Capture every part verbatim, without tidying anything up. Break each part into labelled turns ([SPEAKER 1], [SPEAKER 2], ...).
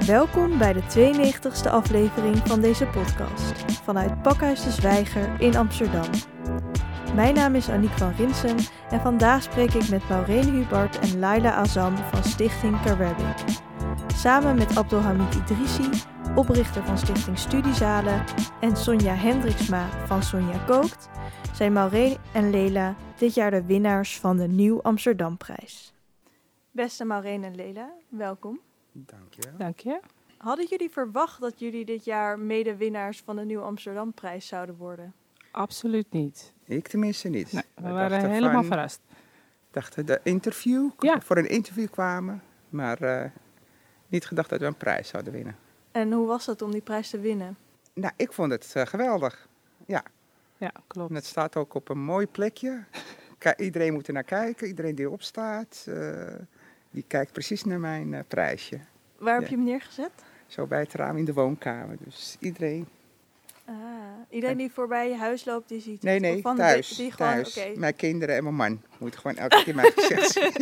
[SPEAKER 1] Welkom bij de tweeënnegentigste aflevering van deze podcast vanuit Pakhuis de Zwijger in Amsterdam. Mijn naam is Aniek van Rinsum en vandaag spreek ik met Maureen Hubert en Laila Azam van Stichting Karabic. Samen met Abdelhamid Idrissi, oprichter van Stichting Studiezalen, en Sonja Hendriksma van Sonja Kookt, zijn Maureen en Lela dit jaar de winnaars van de Nieuw Amsterdamprijs. Beste Maureen en Lela, welkom.
[SPEAKER 2] Dank je.
[SPEAKER 3] Dank je.
[SPEAKER 1] Hadden jullie verwacht dat jullie dit jaar medewinnaars van de Nieuw Amsterdamprijs zouden worden?
[SPEAKER 3] Absoluut niet.
[SPEAKER 2] Ik tenminste niet.
[SPEAKER 3] Nee, we
[SPEAKER 2] We
[SPEAKER 3] waren
[SPEAKER 2] dachten
[SPEAKER 3] helemaal
[SPEAKER 2] van-
[SPEAKER 3] verrast.
[SPEAKER 2] dachten de interview,
[SPEAKER 3] Ja.
[SPEAKER 2] voor een interview kwamen, maar uh, niet gedacht dat we een prijs zouden winnen.
[SPEAKER 1] En hoe was het om die prijs te winnen?
[SPEAKER 2] Nou, ik vond het uh, geweldig. Ja,
[SPEAKER 3] Ja, klopt.
[SPEAKER 2] en het staat ook op een mooi plekje. K- iedereen moet er naar kijken, iedereen die erop staat, uh, die kijkt precies naar mijn uh, prijsje.
[SPEAKER 1] Waar heb
[SPEAKER 2] Ja.
[SPEAKER 1] je hem neergezet?
[SPEAKER 2] Zo bij het raam in de woonkamer, dus iedereen.
[SPEAKER 1] Ah, iedereen die voorbij je huis loopt, die ziet
[SPEAKER 2] Nee,
[SPEAKER 1] het?
[SPEAKER 2] nee,
[SPEAKER 1] Of van de-
[SPEAKER 2] thuis.
[SPEAKER 1] die gewoon,
[SPEAKER 2] thuis.
[SPEAKER 1] oké.
[SPEAKER 2] Mijn kinderen en mijn man. Moet gewoon elke keer mijn gezicht zien.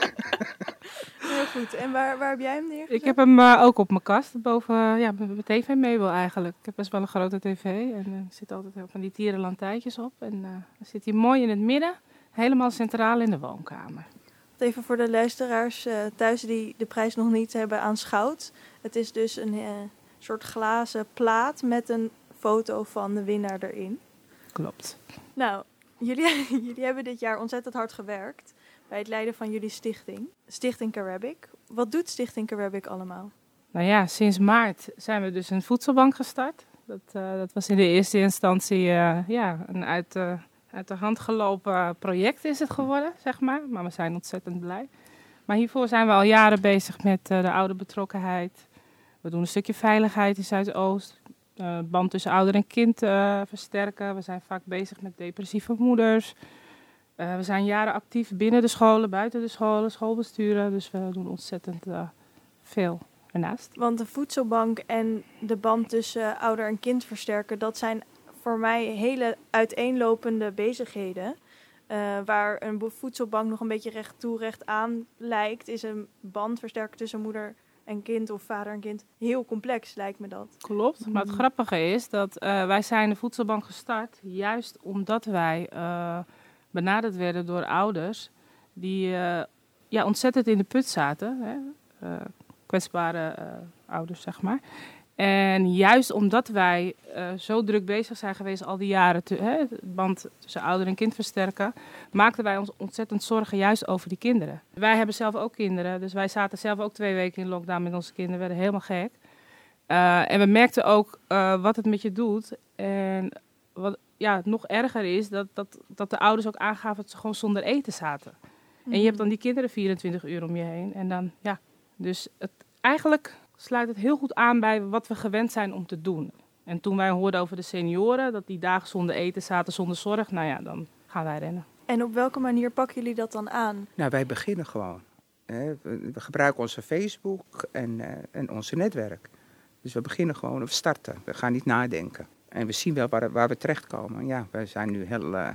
[SPEAKER 1] Heel goed. En waar, waar heb jij hem neergezet?
[SPEAKER 3] Ik heb hem uh, ook op mijn kast, boven uh, ja, mijn tv-meubel eigenlijk. Ik heb best wel een grote tv en uh, er zitten altijd heel van die tierenlantijntjes op. En uh, dan zit hij mooi in het midden, helemaal centraal in de woonkamer.
[SPEAKER 1] Even voor de luisteraars uh, thuis die de prijs nog niet hebben aanschouwd. Het is dus een uh, soort glazen plaat met een foto van de winnaar erin.
[SPEAKER 3] Klopt.
[SPEAKER 1] Nou, jullie, jullie hebben dit jaar ontzettend hard gewerkt bij het leiden van jullie stichting. Stichting Karabic. Wat doet Stichting Karabic allemaal?
[SPEAKER 3] Nou ja, sinds maart zijn we dus een voedselbank gestart. Dat, uh, dat was in de eerste instantie uh, ja, een uit, uh, uit de hand gelopen project is het geworden, zeg maar. Maar we zijn ontzettend blij. Maar hiervoor zijn we al jaren bezig met uh, de ouderbetrokkenheid. We doen een stukje veiligheid in Zuidoost. Uh, band tussen ouder en kind uh, versterken. We zijn vaak bezig met depressieve moeders. Uh, we zijn jaren actief binnen de scholen, buiten de scholen, schoolbesturen. Dus we doen ontzettend uh, veel ernaast.
[SPEAKER 1] Want de voedselbank en de band tussen ouder en kind versterken, dat zijn voor mij hele uiteenlopende bezigheden. Uh, waar een voedselbank nog een beetje recht toe, recht aan lijkt, is een band versterken tussen moeder en kind of vader en kind heel complex, lijkt me dat.
[SPEAKER 3] Klopt, maar het grappige is dat uh, wij zijn de voedselbank gestart juist omdat wij uh, benaderd werden door ouders die uh, ja, ontzettend in de put zaten. Hè? Uh, kwetsbare uh, ouders, zeg maar. En juist omdat wij uh, zo druk bezig zijn geweest al die jaren, te, hè, het band tussen ouder en kind versterken, maakten wij ons ontzettend zorgen juist over die kinderen. Wij hebben zelf ook kinderen, dus wij zaten zelf ook twee weken in lockdown met onze kinderen, werden helemaal gek. Uh, en we merkten ook uh, wat het met je doet. En wat ja, nog erger is, dat, dat, dat de ouders ook aangaven dat ze gewoon zonder eten zaten. Mm-hmm. En je hebt dan die kinderen vierentwintig uur om je heen. En dan, ja, dus het, eigenlijk sluit het heel goed aan bij wat we gewend zijn om te doen. En toen wij hoorden over de senioren, dat die dagen zonder eten zaten, zonder zorg, nou ja, dan gaan wij rennen.
[SPEAKER 1] En op welke manier pakken jullie dat dan aan?
[SPEAKER 2] Nou, wij beginnen gewoon. Hè. We, we gebruiken onze Facebook en, uh, en onze netwerk. Dus we beginnen gewoon, we starten. We gaan niet nadenken. En we zien wel waar, waar we terechtkomen. Ja, we zijn nu heel uh,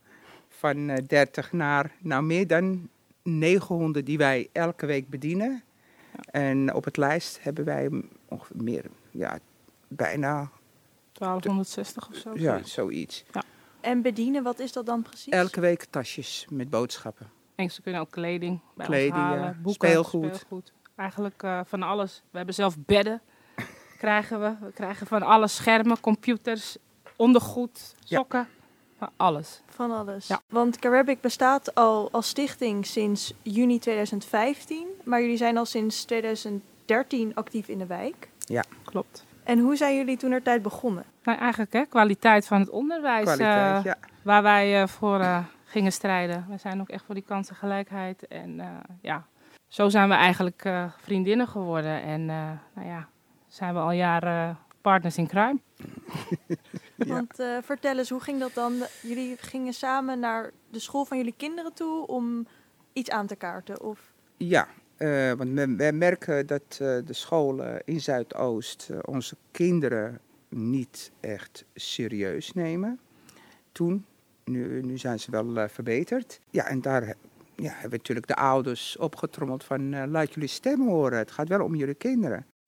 [SPEAKER 2] van uh, dertig naar nou, meer dan negenhonderd die wij elke week bedienen. Ja. En op het lijst hebben wij ongeveer meer, ja, bijna
[SPEAKER 3] twaalfhonderdzestig of zo.
[SPEAKER 2] Ja,
[SPEAKER 3] zoiets.
[SPEAKER 2] zoiets.
[SPEAKER 3] Ja.
[SPEAKER 1] En bedienen, wat is dat dan precies?
[SPEAKER 2] Elke week tasjes met boodschappen.
[SPEAKER 3] En ze kunnen ook kleding bij
[SPEAKER 2] Kleding,
[SPEAKER 3] ons halen,
[SPEAKER 2] ja.
[SPEAKER 3] boeken,
[SPEAKER 2] Speelgoed.
[SPEAKER 3] speelgoed. Eigenlijk uh, van alles. We hebben zelf bedden, krijgen we. We krijgen van alles, schermen, computers, ondergoed, sokken, ja. Van alles.
[SPEAKER 1] Van alles.
[SPEAKER 3] Ja.
[SPEAKER 1] Want Karabic bestaat al als stichting sinds juni tweeduizend vijftien, maar jullie zijn al sinds tweeduizend dertien actief in de wijk.
[SPEAKER 2] Ja,
[SPEAKER 3] klopt.
[SPEAKER 1] En hoe zijn jullie toentertijd begonnen?
[SPEAKER 3] Nou, eigenlijk hè, kwaliteit van het onderwijs,
[SPEAKER 2] kwaliteit,
[SPEAKER 3] uh,
[SPEAKER 2] ja.
[SPEAKER 3] waar wij uh, voor uh, gingen strijden. We zijn ook echt voor die kansengelijkheid. En uh, ja, zo zijn we eigenlijk uh, vriendinnen geworden. En uh, nou ja, zijn we al jaren partners in crime.
[SPEAKER 1] Ja. Want uh, vertel eens, hoe ging dat dan? Jullie gingen samen naar de school van jullie kinderen toe om iets aan te kaarten? Of?
[SPEAKER 2] Ja, uh, want we, we merken dat uh, de scholen in Zuidoost uh, onze kinderen niet echt serieus nemen. Toen, nu, nu zijn ze wel uh, verbeterd. Ja, en daar ja, hebben we natuurlijk de ouders opgetrommeld van uh, laat jullie stem horen. Het gaat wel om jullie kinderen.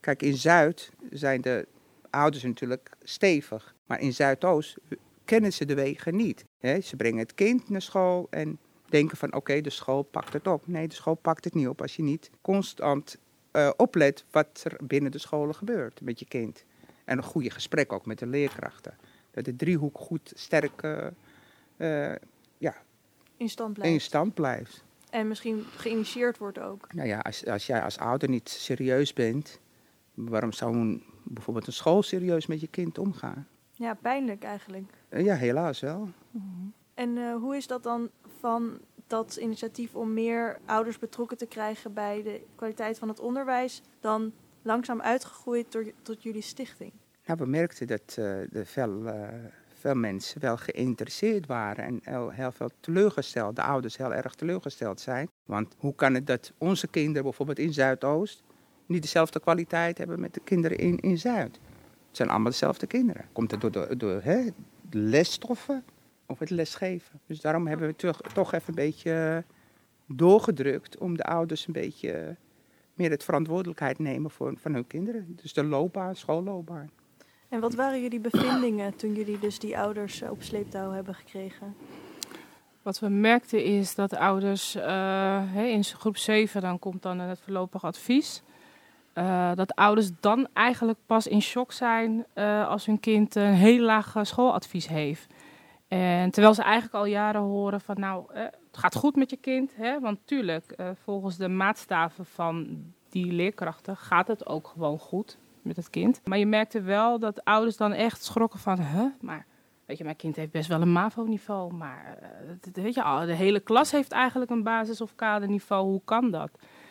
[SPEAKER 2] Kijk, in Zuid zijn de ouders natuurlijk stevig. Maar in Zuidoost kennen ze de wegen niet. He, ze brengen het kind naar school en denken van oké, okay, de school pakt het op. Nee, de school pakt het niet op als je niet constant uh, oplet wat er binnen de scholen gebeurt met je kind. En een goede gesprek ook met de leerkrachten. Dat de driehoek goed sterk uh, uh, ja,
[SPEAKER 1] in stand blijft.
[SPEAKER 2] in stand blijft.
[SPEAKER 1] En misschien geïnitieerd wordt ook.
[SPEAKER 2] Nou ja, als, als jij als ouder niet serieus bent, waarom zou een, bijvoorbeeld een school serieus met je kind omgaan?
[SPEAKER 1] Ja, pijnlijk eigenlijk.
[SPEAKER 2] Uh, ja, helaas wel.
[SPEAKER 1] Mm-hmm. En uh, hoe is dat dan van dat initiatief om meer ouders betrokken te krijgen bij de kwaliteit van het onderwijs dan langzaam uitgegroeid door, tot jullie stichting?
[SPEAKER 2] Nou, we merkten dat uh, er veel, uh, veel mensen wel geïnteresseerd waren en heel, heel veel teleurgesteld, de ouders heel erg teleurgesteld zijn. Want hoe kan het dat onze kinderen bijvoorbeeld in Zuidoost niet dezelfde kwaliteit hebben met de kinderen in, in Zuid? Het zijn allemaal dezelfde kinderen. Komt het door, door, door hè, de lesstoffen of het lesgeven? Dus daarom hebben we toch, toch even een beetje doorgedrukt om de ouders een beetje meer het verantwoordelijkheid nemen voor, van hun kinderen. Dus de loopbaan, schoolloopbaan.
[SPEAKER 1] En wat waren jullie bevindingen toen jullie dus die ouders op sleeptouw hebben gekregen?
[SPEAKER 3] Wat we merkten is dat ouders uh, in groep zeven, dan komt dan het voorlopig advies. Uh, dat ouders dan eigenlijk pas in shock zijn uh, als hun kind een heel laag schooladvies heeft. En terwijl ze eigenlijk al jaren horen van nou, uh, het gaat goed met je kind. Hè? Want tuurlijk, uh, volgens de maatstaven van die leerkrachten gaat het ook gewoon goed met het kind. Maar je merkte wel dat ouders dan echt schrokken van, huh, maar weet je, mijn kind heeft best wel een MAVO-niveau. Maar uh, weet je, de hele klas heeft eigenlijk een basis- of kaderniveau. Hoe kan dat?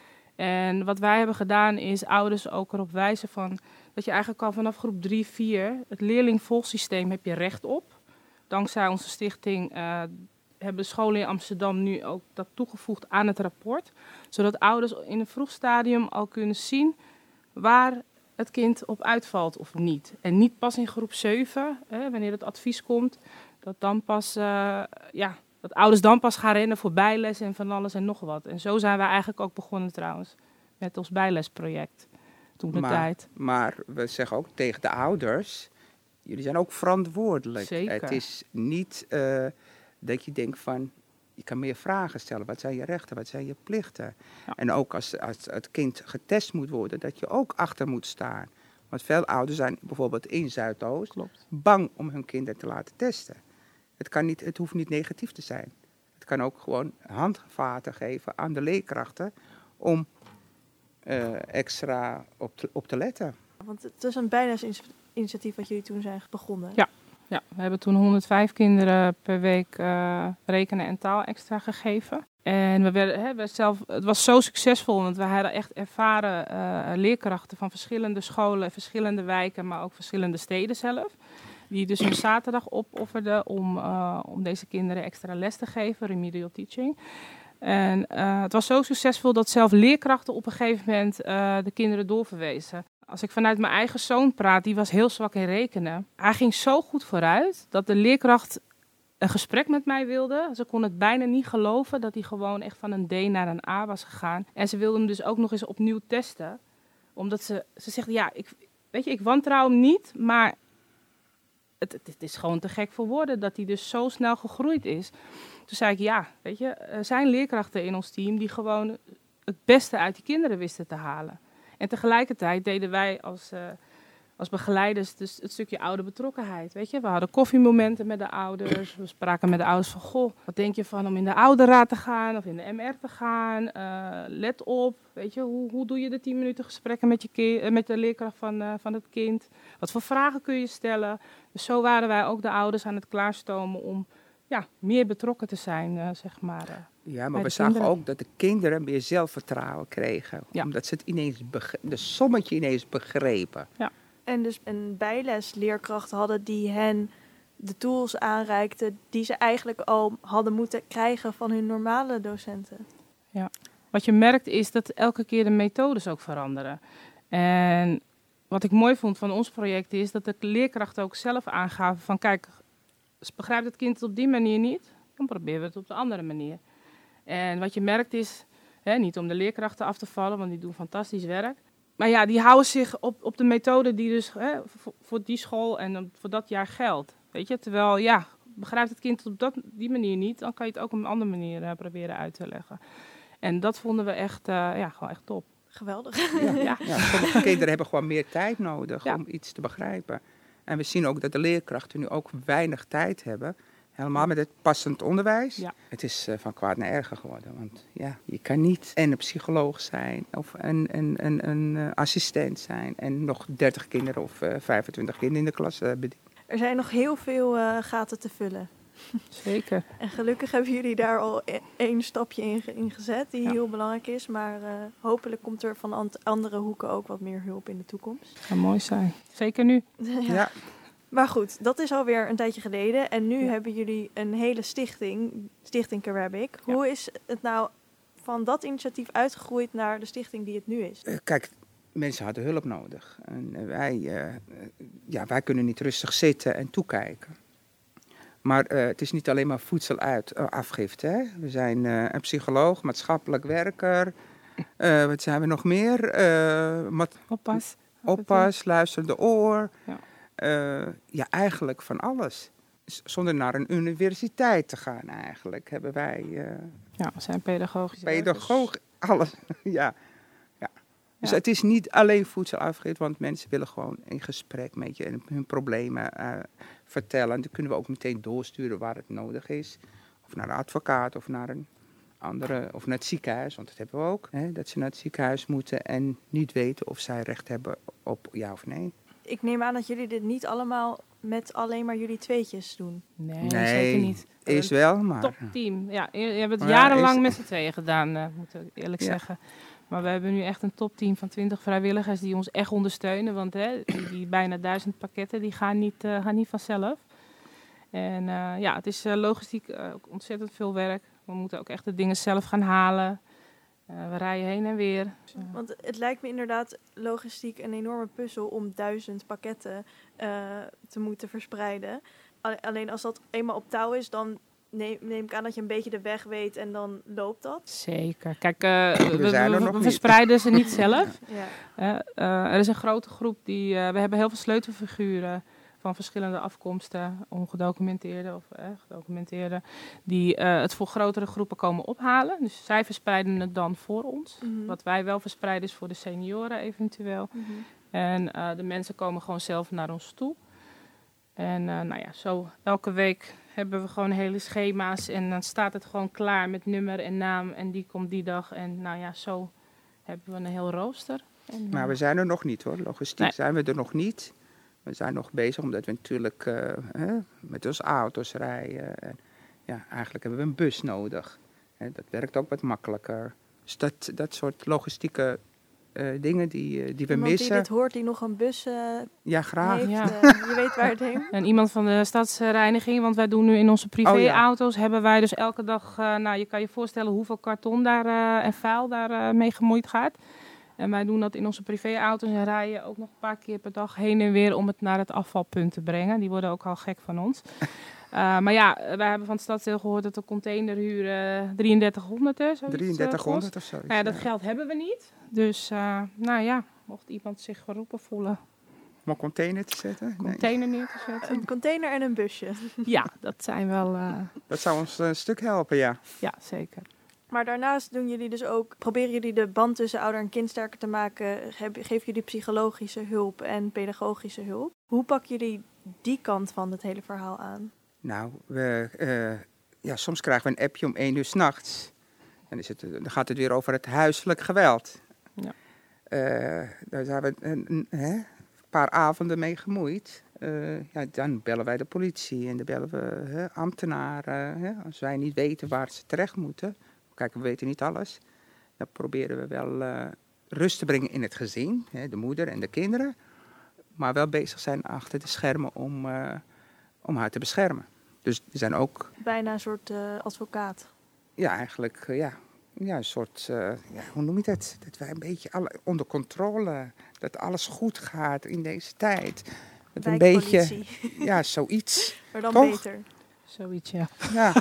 [SPEAKER 3] En wat wij hebben gedaan is ouders ook erop wijzen van dat je eigenlijk al vanaf groep drie, vier het leerlingvolgsysteem heb je recht op. Dankzij onze stichting uh, hebben scholen in Amsterdam nu ook dat toegevoegd aan het rapport. Zodat ouders in een vroeg stadium al kunnen zien waar het kind op uitvalt of niet. En niet pas in groep zeven, hè, wanneer het advies komt, dat dan pas, uh, ja, dat ouders dan pas gaan rennen voor bijles en van alles en nog wat. En zo zijn wij eigenlijk ook begonnen trouwens met ons bijlesproject toen de
[SPEAKER 2] maar,
[SPEAKER 3] tijd.
[SPEAKER 2] Maar we zeggen ook tegen de ouders, jullie zijn ook verantwoordelijk.
[SPEAKER 3] Zeker.
[SPEAKER 2] Het is niet uh, dat je denkt van, je kan meer vragen stellen. Wat zijn je rechten, wat zijn je plichten? Ja. En ook als, als het kind getest moet worden, dat je ook achter moet staan. Want veel ouders zijn bijvoorbeeld in Zuidoost Klopt. bang om hun kinderen te laten testen. Het, kan niet, het hoeft niet negatief te zijn. Het kan ook gewoon handvaten geven aan de leerkrachten om uh, extra op te, op te letten.
[SPEAKER 1] Want het is een bijlesinitiatief wat jullie toen zijn begonnen.
[SPEAKER 3] Ja. Ja, we hebben toen honderdvijf kinderen per week uh, rekenen en taal extra gegeven. En we werden, hè, we zelf, het was zo succesvol, want we hadden echt ervaren uh, leerkrachten van verschillende scholen, verschillende wijken, maar ook verschillende steden zelf. Die dus een zaterdag opofferden om, uh, om deze kinderen extra les te geven, remedial teaching. En uh, het was zo succesvol dat zelf leerkrachten op een gegeven moment uh, de kinderen doorverwezen. Als ik vanuit mijn eigen zoon praat, die was heel zwak in rekenen. Hij ging zo goed vooruit dat de leerkracht een gesprek met mij wilde. Ze kon het bijna niet geloven dat hij gewoon echt van een D naar een A was gegaan. En ze wilde hem dus ook nog eens opnieuw testen. Omdat ze, ze zegt, ja, ik, weet je, ik wantrouw hem niet, maar het, het, het is gewoon te gek voor woorden dat hij dus zo snel gegroeid is. Toen zei ik, ja, weet je, er zijn leerkrachten in ons team die gewoon het beste uit die kinderen wisten te halen. En tegelijkertijd deden wij als, uh, als begeleiders dus het stukje ouderbetrokkenheid. Weet je? We hadden koffiemomenten met de ouders. We spraken met de ouders van, goh, wat denk je van om in de ouderraad te gaan of in de M R te gaan? Uh, let op, weet je, hoe, hoe doe je de tien minuten gesprekken met, je ki- met de leerkracht van, uh, van het kind? Wat voor vragen kun je stellen? Dus zo waren wij ook de ouders aan het klaarstomen om ja, meer betrokken te zijn, uh, zeg maar. Uh.
[SPEAKER 2] Ja, maar we zagen kinderen. ook dat de kinderen meer zelfvertrouwen kregen.
[SPEAKER 3] Ja.
[SPEAKER 2] Omdat ze het ineens beg- de sommetje ineens begrepen.
[SPEAKER 3] Ja.
[SPEAKER 1] En dus een bijlesleerkracht hadden die hen de tools aanreikten die ze eigenlijk al hadden moeten krijgen van hun normale docenten.
[SPEAKER 3] Ja. Wat je merkt is dat elke keer de methodes ook veranderen. En wat ik mooi vond van ons project is dat de leerkrachten ook zelf aangaven van kijk, begrijpt het kind het op die manier niet, dan proberen we het op de andere manier. En wat je merkt is, hè, niet om de leerkrachten af te vallen, want die doen fantastisch werk. maar ja, die houden zich op, op de methode die dus hè, voor, voor die school en voor dat jaar geldt. Weet je, terwijl ja, begrijpt het kind op dat, die manier niet, dan kan je het ook op een andere manier uh, proberen uit te leggen. En dat vonden we echt, uh, ja, gewoon echt top.
[SPEAKER 1] Geweldig.
[SPEAKER 2] Ja, ja. Ja, sommige kinderen hebben gewoon meer tijd nodig
[SPEAKER 3] ja.
[SPEAKER 2] om iets te begrijpen. En we zien ook dat de leerkrachten nu ook weinig tijd hebben. Helemaal met het passend onderwijs. Ja. Het is uh, van kwaad naar erger geworden. Want ja, je kan niet en een psycholoog zijn of een, een, een, een uh, assistent zijn. En nog dertig kinderen of uh, vijfentwintig kinderen in de klas uh, bedienen.
[SPEAKER 1] Er zijn nog heel veel uh, gaten te vullen.
[SPEAKER 3] Zeker.
[SPEAKER 1] En gelukkig hebben jullie daar al e- één stapje in, in gezet die ja. heel belangrijk is. Maar uh, hopelijk komt er van ant- andere hoeken ook wat meer hulp in de toekomst.
[SPEAKER 3] Dat zou mooi zijn. Zeker nu.
[SPEAKER 1] ja.
[SPEAKER 2] ja.
[SPEAKER 1] Maar goed, dat is alweer een tijdje geleden. En nu ja. hebben jullie een hele stichting, Stichting Karabic. Ja. Hoe is het nou van dat initiatief uitgegroeid naar de stichting die het nu is?
[SPEAKER 2] Uh, kijk, mensen hadden hulp nodig. En uh, wij, uh, ja, wij kunnen niet rustig zitten en toekijken. Maar uh, het is niet alleen maar voedsel uit, uh, afgifte. Hè? We zijn uh, een psycholoog, maatschappelijk werker. Uh, wat zijn we nog meer? Uh, mat-
[SPEAKER 3] oppas.
[SPEAKER 2] Oppas, luisterende oor.
[SPEAKER 3] Ja.
[SPEAKER 2] Uh, ja, eigenlijk van alles. Z- zonder naar een universiteit te gaan eigenlijk, hebben wij... Uh,
[SPEAKER 3] ja, we zijn pedagogisch.
[SPEAKER 2] Pedagoog, alles, ja. ja. Dus ja. Het is niet alleen voedselafgifte, want mensen willen gewoon in gesprek met je en hun problemen uh, vertellen. En dan kunnen we ook meteen doorsturen waar het nodig is. Of naar een advocaat of naar een andere, of naar het ziekenhuis, want dat hebben we ook. Hè, dat ze naar het ziekenhuis moeten en niet weten of zij recht hebben op ja of nee.
[SPEAKER 1] Ik neem aan dat jullie dit niet allemaal met alleen maar jullie tweetjes doen.
[SPEAKER 3] Nee,
[SPEAKER 2] nee
[SPEAKER 3] zeker niet.
[SPEAKER 2] Is wel, maar...
[SPEAKER 3] Topteam. Ja, je hebt het jarenlang ja, is... met z'n tweeën gedaan, uh, moet ik eerlijk ja. zeggen. Maar we hebben nu echt een topteam van twintig vrijwilligers die ons echt ondersteunen. Want hè, die, die bijna duizend pakketten die gaan, niet, uh, gaan niet vanzelf. En uh, ja, het is uh, logistiek uh, ook ontzettend veel werk. We moeten ook echt de dingen zelf gaan halen. Uh, we rijden heen en weer. Dus, uh.
[SPEAKER 1] Want het lijkt me inderdaad logistiek een enorme puzzel om duizend pakketten uh, te moeten verspreiden. Alleen als dat eenmaal op touw is, dan neem, neem ik aan dat je een beetje de weg weet en dan loopt dat.
[SPEAKER 3] Zeker. Kijk, uh, we,
[SPEAKER 2] we, zijn er
[SPEAKER 3] we,
[SPEAKER 2] nog
[SPEAKER 3] we verspreiden ze niet zelf.
[SPEAKER 1] ja.
[SPEAKER 3] uh, uh, er is een grote groep die... Uh, we hebben heel veel sleutelfiguren van verschillende afkomsten, ongedocumenteerde of eh, gedocumenteerde, die uh, het voor grotere groepen komen ophalen. Dus zij verspreiden het dan voor ons. Mm-hmm. Wat wij wel verspreiden is voor de senioren eventueel. Mm-hmm. En uh, de mensen komen gewoon zelf naar ons toe. En uh, nou ja, zo elke week hebben we gewoon hele schema's en dan staat het gewoon klaar met nummer en naam en die komt die dag. En nou ja, zo hebben we een heel rooster. En,
[SPEAKER 2] maar we zijn er nog niet hoor, logistiek nee. zijn we er nog niet. We zijn nog bezig omdat we natuurlijk uh, hè, met onze auto's rijden. En, ja, eigenlijk hebben we een bus nodig. Hè, dat werkt ook wat makkelijker. Dus dat, dat soort logistieke uh, dingen die, uh, die we
[SPEAKER 1] iemand
[SPEAKER 2] missen.
[SPEAKER 1] Iemand die dit hoort, die nog een bus uh,
[SPEAKER 2] ja, graag.
[SPEAKER 1] heeft,
[SPEAKER 3] ja.
[SPEAKER 1] Uh, je weet waar het heen.
[SPEAKER 3] En iemand van de stadsreiniging, want wij doen nu in onze privéauto's, oh, ja. hebben wij dus elke dag, uh, nou je kan je voorstellen hoeveel karton daar, uh, en vuil daar uh, mee gemoeid gaat. En wij doen dat in onze privéauto's en rijden ook nog een paar keer per dag heen en weer om het naar het afvalpunt te brengen. Die worden ook al gek van ons. Uh, maar ja, wij hebben van het stadsdeel gehoord dat de containerhuur uh, drieëndertighonderd is.
[SPEAKER 2] drieëndertighonderd of zo.
[SPEAKER 3] Nou ja, dat geld hebben we niet. Dus uh, nou ja, mocht iemand zich geroepen voelen.
[SPEAKER 2] Om een container te zetten?
[SPEAKER 3] Een container neer te zetten.
[SPEAKER 1] Een container en een busje.
[SPEAKER 3] Ja, dat zijn wel... Uh...
[SPEAKER 2] Dat zou ons een stuk helpen, ja.
[SPEAKER 3] Ja, zeker.
[SPEAKER 1] Maar daarnaast doen jullie dus ook, proberen jullie de band tussen ouder en kind sterker te maken. Geven jullie psychologische hulp en pedagogische hulp. Hoe pakken jullie die kant van het hele verhaal aan?
[SPEAKER 2] Nou, we, uh, ja, soms krijgen we een appje om één uur 's nachts. En is het, dan gaat het weer over het huiselijk geweld.
[SPEAKER 3] Ja.
[SPEAKER 2] Uh, daar zijn we een, een, een paar avonden mee gemoeid. Uh, ja, dan bellen wij de politie en dan bellen we hè, ambtenaren. Hè, als wij niet weten waar ze terecht moeten. Kijk, we weten niet alles. Dan proberen we wel uh, rust te brengen in het gezin. Hè, de moeder en de kinderen. Maar wel bezig zijn achter de schermen om, uh, om haar te beschermen. Dus er zijn ook...
[SPEAKER 1] Bijna een soort uh, advocaat.
[SPEAKER 2] Ja, eigenlijk uh, ja. Ja, een soort, uh, ja, hoe noem je dat? Dat wij een beetje alle, onder controle, dat alles goed gaat in deze tijd. Dat een beetje, ja, zoiets.
[SPEAKER 1] Maar dan
[SPEAKER 2] toch?
[SPEAKER 1] beter.
[SPEAKER 3] Zoiets, ja.
[SPEAKER 2] Ja.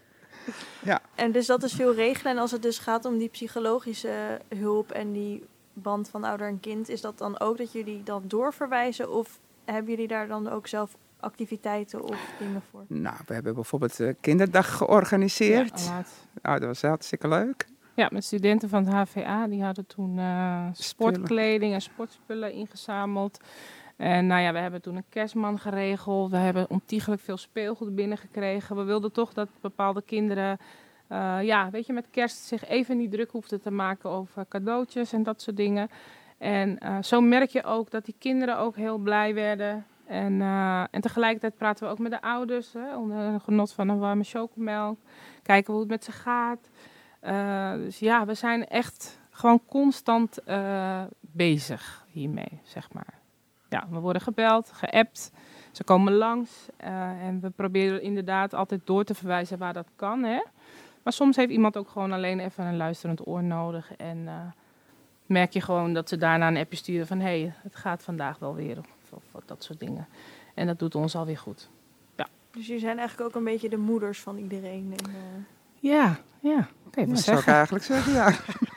[SPEAKER 2] Ja.
[SPEAKER 1] En dus dat is veel regelen. En als het dus gaat om die psychologische hulp en die band van ouder en kind, is dat dan ook dat jullie dan doorverwijzen? Of hebben jullie daar dan ook zelf activiteiten of dingen voor?
[SPEAKER 2] Nou, we hebben bijvoorbeeld de kinderdag georganiseerd.
[SPEAKER 3] Ja,
[SPEAKER 2] oh, dat was hartstikke leuk.
[SPEAKER 3] Ja, met studenten van het H V A. Die hadden toen uh, sportkleding en sportspullen ingezameld. En nou ja, we hebben toen een kerstman geregeld. We hebben ontiegelijk veel speelgoed binnengekregen. We wilden toch dat bepaalde kinderen, uh, ja, weet je, met kerst zich even niet druk hoefden te maken over cadeautjes en dat soort dingen. En uh, zo merk je ook dat die kinderen ook heel blij werden. En, uh, en tegelijkertijd praten we ook met de ouders, hè, onder een genot van een warme chocomelk. Kijken hoe het met ze gaat. Uh, dus ja, we zijn echt gewoon constant uh, bezig hiermee, zeg maar. Ja, we worden gebeld, geappt, ze komen langs uh, en we proberen inderdaad altijd door te verwijzen waar dat kan. Hè? Maar soms heeft iemand ook gewoon alleen even een luisterend oor nodig en uh, merk je gewoon dat ze daarna een appje sturen van hé, hey, het gaat vandaag wel weer of, of, of dat soort dingen. En dat doet ons alweer goed. Ja.
[SPEAKER 1] Dus jullie zijn eigenlijk ook een beetje de moeders van iedereen. En, uh...
[SPEAKER 3] Ja, ja. Oké,
[SPEAKER 2] dat zou ik eigenlijk zeggen, ja.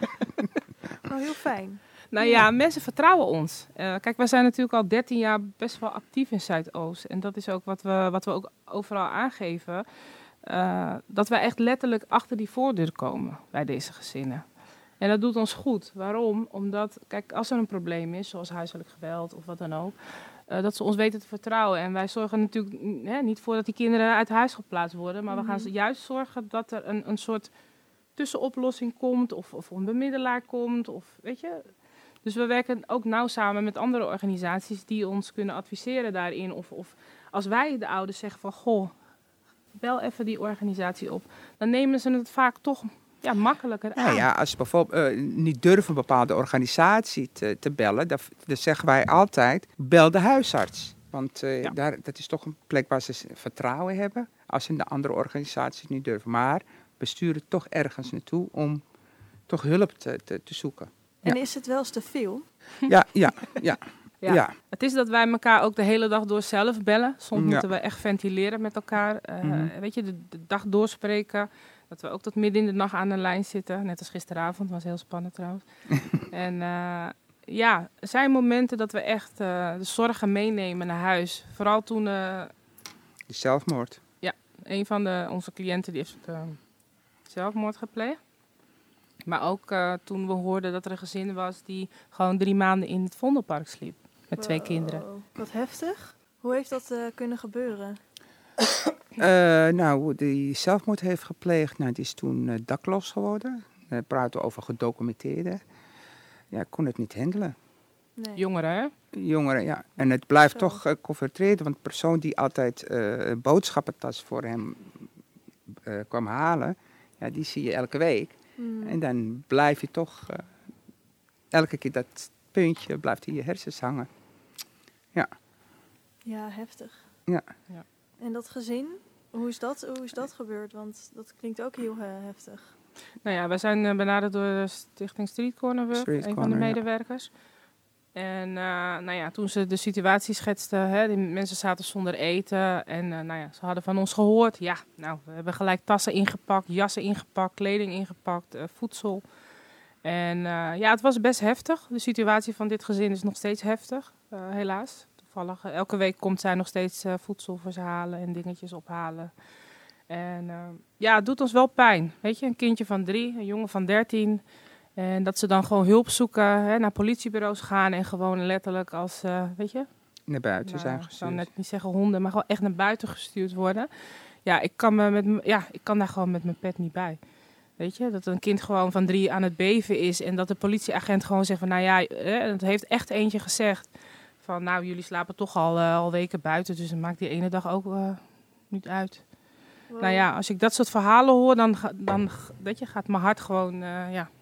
[SPEAKER 1] Nou, heel fijn.
[SPEAKER 3] Nou ja, mensen vertrouwen ons. Uh, kijk, wij zijn natuurlijk al dertien jaar best wel actief in Zuidoost. En dat is ook wat we, wat we ook overal aangeven. Uh, dat wij echt letterlijk achter die voordeur komen bij deze gezinnen. En dat doet ons goed. Waarom? Omdat, kijk, als er een probleem is, zoals huiselijk geweld of wat dan ook, uh, dat ze ons weten te vertrouwen. En wij zorgen natuurlijk hè, niet voor dat die kinderen uit huis geplaatst worden. Maar mm-hmm. we gaan juist zorgen dat er een, een soort tussenoplossing komt of, of een bemiddelaar komt. Of, weet je. Dus we werken ook nauw samen met andere organisaties die ons kunnen adviseren daarin. Of, of als wij de ouders zeggen van, goh, bel even die organisatie op. Dan nemen ze het vaak toch ja, makkelijker aan.
[SPEAKER 2] Ja, ja, als je bijvoorbeeld uh, niet durft een bepaalde organisatie te, te bellen, dan, dan zeggen wij altijd, bel de huisarts. Want uh, ja. daar, dat is toch een plek waar ze vertrouwen hebben, als ze de andere organisaties niet durven. Maar we sturen toch ergens naartoe om toch hulp te, te, te zoeken.
[SPEAKER 1] En
[SPEAKER 2] ja.
[SPEAKER 1] is het wel eens te veel?
[SPEAKER 2] Ja, ja, ja.
[SPEAKER 3] Ja. ja. Het is dat wij elkaar ook de hele dag door zelf bellen. Soms ja. moeten we echt ventileren met elkaar. Uh, mm-hmm. Weet je, de, de dag doorspreken. Dat we ook tot midden in de nacht aan de lijn zitten. Net als gisteravond, was heel spannend trouwens. en uh, ja, er zijn momenten dat we echt uh, de zorgen meenemen naar huis. Vooral toen... Uh,
[SPEAKER 2] de zelfmoord.
[SPEAKER 3] Ja, een van de, onze cliënten die heeft uh, zelfmoord gepleegd. Maar ook uh, toen we hoorden dat er een gezin was die gewoon drie maanden in het Vondelpark sliep. Met wow. twee kinderen.
[SPEAKER 1] Wat heftig. Hoe heeft dat uh, kunnen gebeuren?
[SPEAKER 2] uh, nou, die zelfmoord heeft gepleegd, nou, die is toen uh, dakloos geworden. We praten over gedocumenteerde. Ja, ik kon het niet handelen.
[SPEAKER 3] Nee. Jongeren, hè?
[SPEAKER 2] Jongeren, ja. En het blijft
[SPEAKER 1] Zo.
[SPEAKER 2] toch uh, convertreren, want de persoon die altijd uh, een boodschappentas voor hem uh, kwam halen, ja, die zie je elke week. Mm. En dan blijf je toch, uh, elke keer dat puntje blijft in je hersens hangen. Ja.
[SPEAKER 1] Ja, heftig.
[SPEAKER 2] Ja.
[SPEAKER 3] ja.
[SPEAKER 1] En dat gezin, hoe is dat, hoe is dat gebeurd? Want dat klinkt ook heel uh, heftig.
[SPEAKER 3] Nou ja, wij zijn uh, benaderd door de Stichting Street Corner Work,
[SPEAKER 2] Street
[SPEAKER 3] een
[SPEAKER 2] Corner,
[SPEAKER 3] van de medewerkers. Ja. En uh, nou ja, toen ze de situatie schetsten, hè, die mensen zaten zonder eten. En uh, nou ja, ze hadden van ons gehoord. Ja, nou, we hebben gelijk tassen ingepakt, jassen ingepakt, kleding ingepakt, uh, voedsel. En uh, ja, het was best heftig. De situatie van dit gezin is nog steeds heftig, uh, helaas. Toevallig, uh, elke week komt zij nog steeds uh, voedsel voor ze halen en dingetjes ophalen. En uh, ja, het doet ons wel pijn. Weet je, een kindje van drie, een jongen van dertien... En dat ze dan gewoon hulp zoeken, hè, naar politiebureaus gaan en gewoon letterlijk als, uh, weet je...
[SPEAKER 2] Naar buiten
[SPEAKER 3] nou,
[SPEAKER 2] zijn gestuurd.
[SPEAKER 3] Ik zou net niet zeggen honden, maar gewoon echt naar buiten gestuurd worden. Ja, ik kan, me met, ja, ik kan daar gewoon met mijn pet niet bij. Weet je, dat een kind gewoon van drie aan het beven is en dat de politieagent gewoon zegt van, nou ja, eh, het heeft echt eentje gezegd van, nou, jullie slapen toch al, uh, al weken buiten, dus dan maakt die ene dag ook uh, niet uit. Wow. Nou ja, als ik dat soort verhalen hoor, dan, dan weet je, gaat mijn hart gewoon, uh, ja...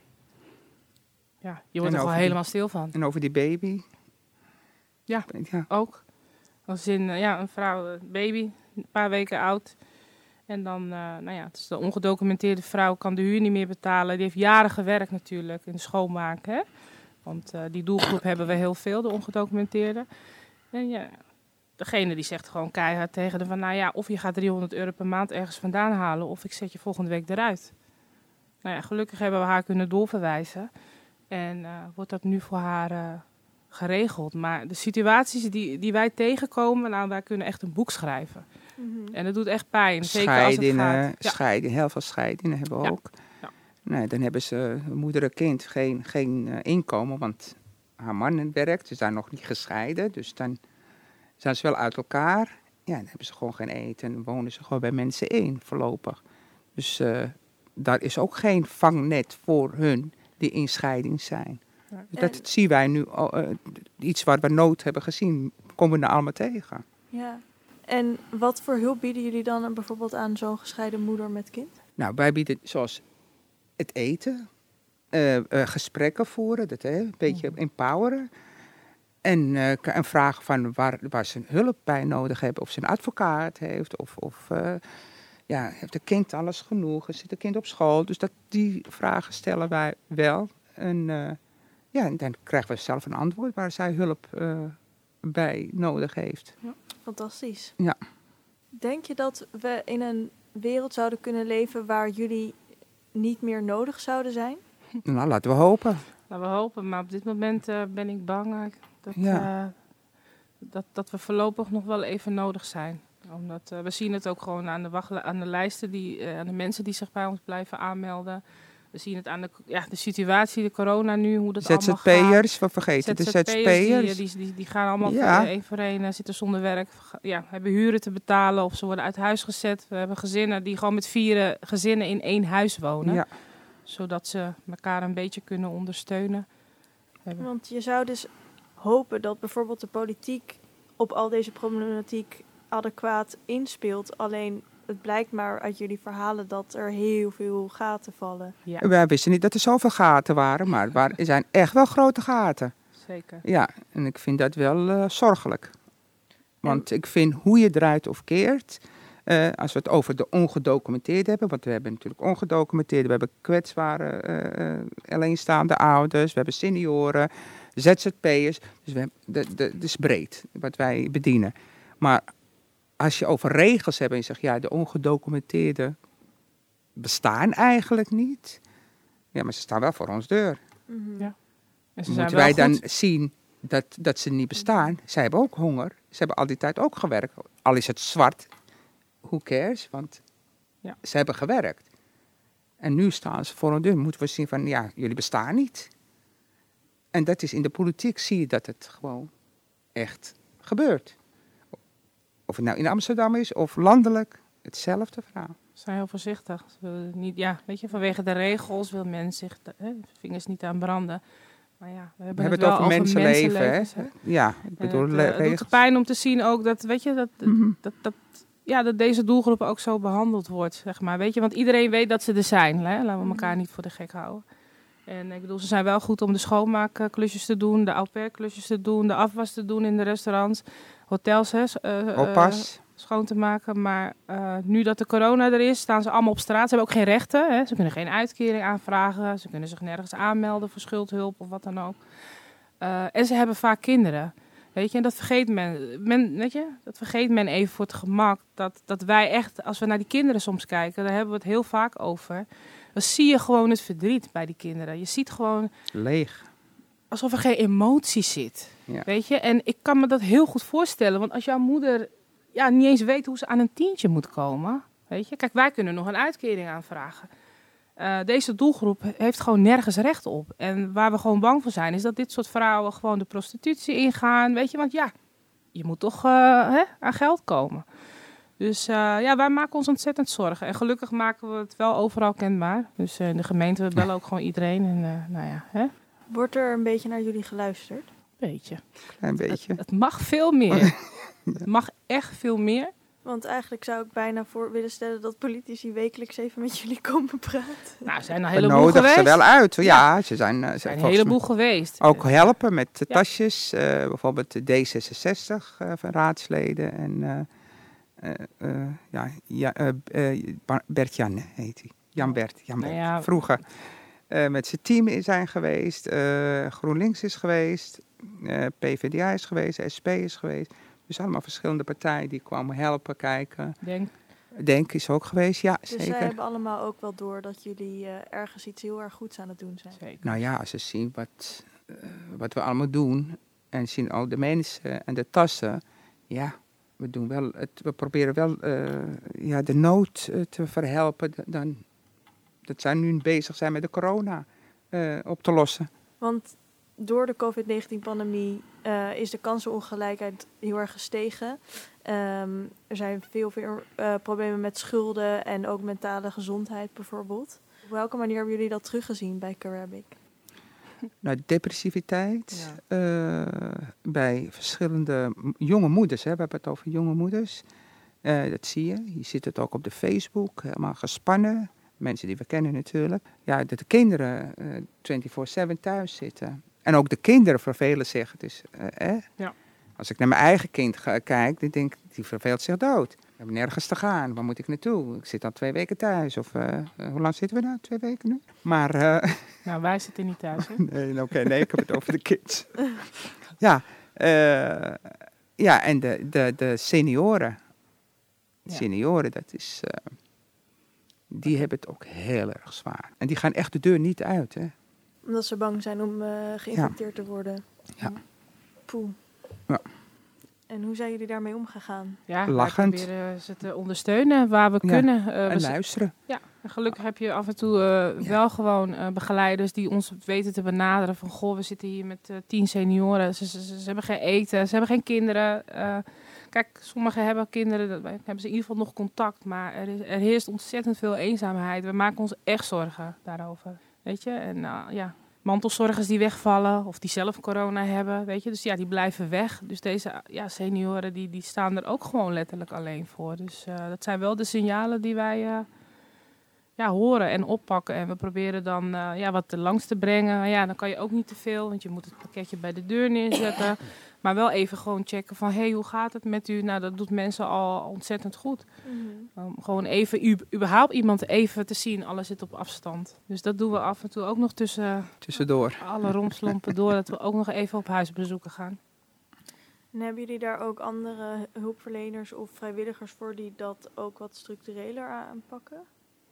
[SPEAKER 3] Ja, je wordt er gewoon helemaal
[SPEAKER 2] die,
[SPEAKER 3] stil van.
[SPEAKER 2] En over die baby?
[SPEAKER 3] Ja, ja. ook. Als in, uh, ja, een vrouw, een baby, een paar weken oud. En dan, uh, nou ja, het is de ongedocumenteerde vrouw, kan de huur niet meer betalen. Die heeft jaren gewerkt natuurlijk in de schoonmaken, hè. Want uh, die doelgroep hebben we heel veel, de ongedocumenteerde. En ja, degene die zegt gewoon keihard tegen de van, nou ja, of je gaat driehonderd euro per maand ergens vandaan halen, of ik zet je volgende week eruit. Nou ja, gelukkig hebben we haar kunnen doorverwijzen. En uh, wordt dat nu voor haar uh, geregeld. Maar de situaties die, die wij tegenkomen, nou, wij kunnen echt een boek schrijven. Mm-hmm. En dat doet echt pijn. Zeker als het gaat. Ja.
[SPEAKER 2] Scheidingen, heel veel scheidingen hebben we ja. ook. Ja. Nee, dan hebben ze moeder en kind geen, geen uh, inkomen, want haar man werkt. Ze zijn nog niet gescheiden, dus dan zijn ze wel uit elkaar. Ja, dan hebben ze gewoon geen eten en dan wonen ze gewoon bij mensen in voorlopig. Dus uh, daar is ook geen vangnet voor hun die in scheiding zijn. Ja. Dus dat zien wij nu, uh, iets wat we nood hebben gezien, komen we er allemaal tegen.
[SPEAKER 1] Ja. En wat voor hulp bieden jullie dan bijvoorbeeld aan zo'n gescheiden moeder met kind?
[SPEAKER 2] Nou, wij bieden zoals het eten, uh, uh, gesprekken voeren, dat, hè, een beetje mm. empoweren. En, uh, en vragen van waar, waar ze hulp bij nodig hebben. Of ze een advocaat heeft. Of, of uh, ja, heeft het kind alles genoeg? Zit het kind op school? Dus dat, die vragen stellen wij wel. En, uh, ja, en dan krijgen we zelf een antwoord waar zij hulp uh, bij nodig heeft.
[SPEAKER 1] Ja, fantastisch.
[SPEAKER 2] Ja.
[SPEAKER 1] Denk je dat we in een wereld zouden kunnen leven waar jullie niet meer nodig zouden zijn?
[SPEAKER 2] Nou, laten we hopen.
[SPEAKER 3] Laten we hopen, maar op dit moment uh, ben ik bang uh, dat, ja. uh, dat, dat we voorlopig nog wel even nodig zijn. Omdat uh, we zien het ook gewoon aan de, wachtli- aan de lijsten, die, uh, aan de mensen die zich bij ons blijven aanmelden. We zien het aan de, ja, de situatie, de corona nu, hoe dat allemaal gaat.
[SPEAKER 2] Z Z P'ers, we vergeten de Z Z P'ers.
[SPEAKER 3] Die, die, die, die gaan allemaal ja. één voor één, uh, zitten zonder werk, ja, hebben huren te betalen of ze worden uit huis gezet. We hebben gezinnen die gewoon met vier gezinnen in één huis wonen. Ja. Zodat ze elkaar een beetje kunnen ondersteunen.
[SPEAKER 1] Want je zou dus hopen dat bijvoorbeeld de politiek op al deze problematiek adequaat inspeelt. Alleen het blijkt maar uit jullie verhalen dat er heel veel gaten vallen.
[SPEAKER 2] Ja. Wij wisten niet dat er zoveel gaten waren, maar er zijn echt wel grote gaten.
[SPEAKER 3] Zeker.
[SPEAKER 2] Ja, en ik vind dat wel uh, zorgelijk. Want en... ik vind hoe je draait of keert... Uh, als we het over de ongedocumenteerden hebben, want we hebben natuurlijk ongedocumenteerden, we hebben kwetsbare, uh, alleenstaande ouders, we hebben senioren, Z Z P'ers, dus we hebben, de, de, de is breed wat wij bedienen. Maar als je over regels hebt en je zegt, ja, de ongedocumenteerden bestaan eigenlijk niet, ja, maar ze staan wel voor ons deur.
[SPEAKER 3] Mm-hmm. Ja. En ze
[SPEAKER 2] moeten wij dan goed. zien dat, dat ze niet bestaan? Zij hebben ook honger, ze hebben al die tijd ook gewerkt, al is het zwart. Who cares? Want ja. ze hebben gewerkt. En nu staan ze voor een deur. Moeten we zien van, ja, jullie bestaan niet. En dat is in de politiek, zie je dat het gewoon echt gebeurt. Of het nou in Amsterdam is of landelijk, hetzelfde verhaal.
[SPEAKER 3] Ze zijn heel voorzichtig. Ze willen niet, ja, weet je, vanwege de regels wil men zich de hè, vingers niet aan branden. Maar ja, we hebben,
[SPEAKER 2] we
[SPEAKER 3] het,
[SPEAKER 2] hebben het
[SPEAKER 3] wel
[SPEAKER 2] over mensenleven,
[SPEAKER 3] mensenlevens,
[SPEAKER 2] hè? Ja, ik bedoel,
[SPEAKER 3] het,
[SPEAKER 2] le-
[SPEAKER 3] uh, het doet pijn om te zien ook dat, weet je, dat, mm-hmm. dat, dat, ja, dat deze doelgroep ook zo behandeld wordt, zeg maar. Weet je, want iedereen weet dat ze er zijn, hè? Laten we elkaar niet voor de gek houden. En ik bedoel, ze zijn wel goed om de schoonmaakklusjes te doen, de au pair klusjes te doen, de afwas te doen in de restaurants, hotels, hè, uh,
[SPEAKER 2] oppas. Uh,
[SPEAKER 3] schoon te maken. Maar uh, nu dat de corona er is, staan ze allemaal op straat. Ze hebben ook geen rechten, hè? Ze kunnen geen uitkering aanvragen, ze kunnen zich nergens aanmelden voor schuldhulp of wat dan ook. Uh, en ze hebben vaak kinderen. Weet je, en dat vergeet men, men, weet je, dat vergeet men even voor het gemak. Dat, dat wij echt, als we naar die kinderen soms kijken, daar hebben we het heel vaak over. Dan zie je gewoon het verdriet bij die kinderen. Je ziet gewoon...
[SPEAKER 2] leeg.
[SPEAKER 3] Alsof er geen emotie zit.
[SPEAKER 2] Ja.
[SPEAKER 3] Weet je, en ik kan me dat heel goed voorstellen. Want als jouw moeder ja, niet eens weet hoe ze aan een tientje moet komen. Weet je, kijk, wij kunnen nog een uitkering aanvragen. Uh, deze doelgroep heeft gewoon nergens recht op. En waar we gewoon bang voor zijn, is dat dit soort vrouwen gewoon de prostitutie ingaan. Weet je, want ja, je moet toch uh, hè, aan geld komen. Dus uh, ja, wij maken ons ontzettend zorgen. En gelukkig maken we het wel overal kenbaar. Dus uh, in de gemeente, we bellen ook gewoon iedereen. En, uh, nou ja, hè?
[SPEAKER 1] Wordt er een beetje naar jullie geluisterd?
[SPEAKER 3] Beetje.
[SPEAKER 2] Klein beetje.
[SPEAKER 3] Het, het mag veel meer. Ja. Het mag echt veel meer.
[SPEAKER 1] Want eigenlijk zou ik bijna voor willen stellen dat politici wekelijks even met jullie komen praten.
[SPEAKER 3] Nou, ze zijn een heleboel geweest.
[SPEAKER 2] Nodigen ze wel uit. Ja, ja ze zijn,
[SPEAKER 3] ze zijn een heleboel geweest.
[SPEAKER 2] Ook helpen met de tasjes. Ja. Uh, bijvoorbeeld de D zesenzestig uh, van raadsleden. En uh, uh, uh, ja, ja uh, uh, Bert-Jan heet hij. Jan-Bert. Jan Bert. Nou ja. Vroeger. Uh, met zijn team zijn geweest. Uh, GroenLinks is geweest. Uh, P V D A is geweest. S P is geweest. Dus allemaal verschillende partijen die kwamen helpen, kijken.
[SPEAKER 3] Denk.
[SPEAKER 2] Denk is ook geweest, ja,
[SPEAKER 1] Dus
[SPEAKER 2] zeker.
[SPEAKER 1] zij hebben allemaal ook wel door dat jullie uh, ergens iets heel erg goeds aan het doen zijn.
[SPEAKER 3] Zeker.
[SPEAKER 2] Nou ja, als ze zien wat, uh, wat we allemaal doen en zien ook de mensen en de tassen, ja, we doen wel, het, we proberen wel uh, ja, de nood uh, te verhelpen. Dan, dat zij nu bezig zijn met de corona uh, op te lossen.
[SPEAKER 1] Want door de covid negentien-pandemie uh, is de kansenongelijkheid heel erg gestegen. Um, er zijn veel, veel uh, problemen met schulden en ook mentale gezondheid bijvoorbeeld. Op welke manier hebben jullie dat teruggezien bij Carabic?
[SPEAKER 2] Nou, depressiviteit ja. uh, bij verschillende jonge moeders. Hè. We hebben het over jonge moeders. Uh, dat zie je. Je ziet het ook op de Facebook, helemaal gespannen. Mensen die we kennen natuurlijk. Ja, dat de kinderen uh, vierentwintig zeven thuis zitten. En ook de kinderen vervelen zich. Dus, uh, eh?
[SPEAKER 3] ja.
[SPEAKER 2] Als ik naar mijn eigen kind ga, kijk, dan denk ik, die verveelt zich dood. Ik heb nergens te gaan. Waar moet ik naartoe? Ik zit al twee weken thuis. Of uh, uh, hoe lang zitten we nou? Twee weken nu? Maar... Uh,
[SPEAKER 3] nou, wij zitten niet thuis, hè?
[SPEAKER 2] nee, oké, okay, nee, ik heb het over de kids. ja, uh, ja, en de, de, de senioren. De ja. senioren, dat is... Uh, die hebben het ook heel erg zwaar. En die gaan echt de deur niet uit, hè.
[SPEAKER 1] Omdat ze bang zijn om uh, geïnfecteerd ja. te worden.
[SPEAKER 2] Ja.
[SPEAKER 1] Poeh.
[SPEAKER 2] Ja.
[SPEAKER 1] En hoe zijn jullie daarmee omgegaan?
[SPEAKER 3] Ja,
[SPEAKER 2] lachend.
[SPEAKER 3] We proberen ze te ondersteunen waar we ja. kunnen. Uh,
[SPEAKER 2] en
[SPEAKER 3] we
[SPEAKER 2] luisteren.
[SPEAKER 3] Ja, en gelukkig heb je af en toe uh, ja. wel gewoon uh, begeleiders die ons weten te benaderen. Van, goh, we zitten hier met uh, tien senioren. Ze, ze, ze, ze hebben geen eten, ze hebben geen kinderen. Uh, kijk, sommigen hebben kinderen, dat, hebben ze in ieder geval nog contact. Maar er, is, er heerst ontzettend veel eenzaamheid. We maken ons echt zorgen daarover. Weet je, en uh, ja... mantelzorgers die wegvallen of die zelf corona hebben, weet je. Dus ja, die blijven weg. Dus deze ja, senioren die, die staan er ook gewoon letterlijk alleen voor. Dus uh, dat zijn wel de signalen die wij uh, ja, horen en oppakken. En we proberen dan uh, ja, wat langs te brengen. Ja, dan kan je ook niet te veel, want je moet het pakketje bij de deur neerzetten. Maar wel even gewoon checken van, hé, hey, hoe gaat het met u? Nou, dat doet mensen al ontzettend goed. Mm-hmm. Um, gewoon even, u, überhaupt iemand even te zien, alles zit op afstand. Dus dat doen we af en toe ook nog tussen
[SPEAKER 2] tussendoor.
[SPEAKER 3] Alle rompslompen door, dat we ook nog even op huisbezoeken gaan.
[SPEAKER 1] En hebben jullie daar ook andere hulpverleners of vrijwilligers voor die dat ook wat structureler aanpakken?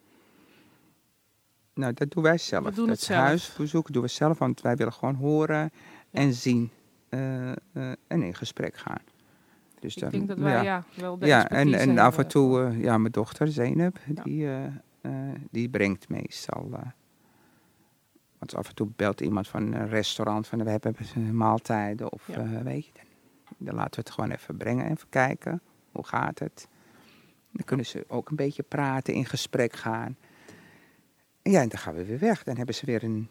[SPEAKER 2] Nou, dat doen wij zelf.
[SPEAKER 3] We doen
[SPEAKER 2] dat
[SPEAKER 3] het zelf.
[SPEAKER 2] Huisbezoeken doen we zelf, want wij willen gewoon horen ja. en zien. Uh, uh, en in gesprek gaan. Dus
[SPEAKER 3] ik
[SPEAKER 2] dan,
[SPEAKER 3] denk dat wij ja, ja wel de
[SPEAKER 2] ja, en, en af en toe,
[SPEAKER 3] uh,
[SPEAKER 2] ja, mijn dochter Zeynep,
[SPEAKER 3] ja.
[SPEAKER 2] die, uh, uh, die brengt meestal. Uh, want af en toe belt iemand van een restaurant van we hebben maaltijden of ja. uh, weet je. Dan, dan laten we het gewoon even brengen en even kijken hoe gaat het. Dan kunnen ze ook een beetje praten, in gesprek gaan. En ja, en dan gaan we weer weg. Dan hebben ze weer een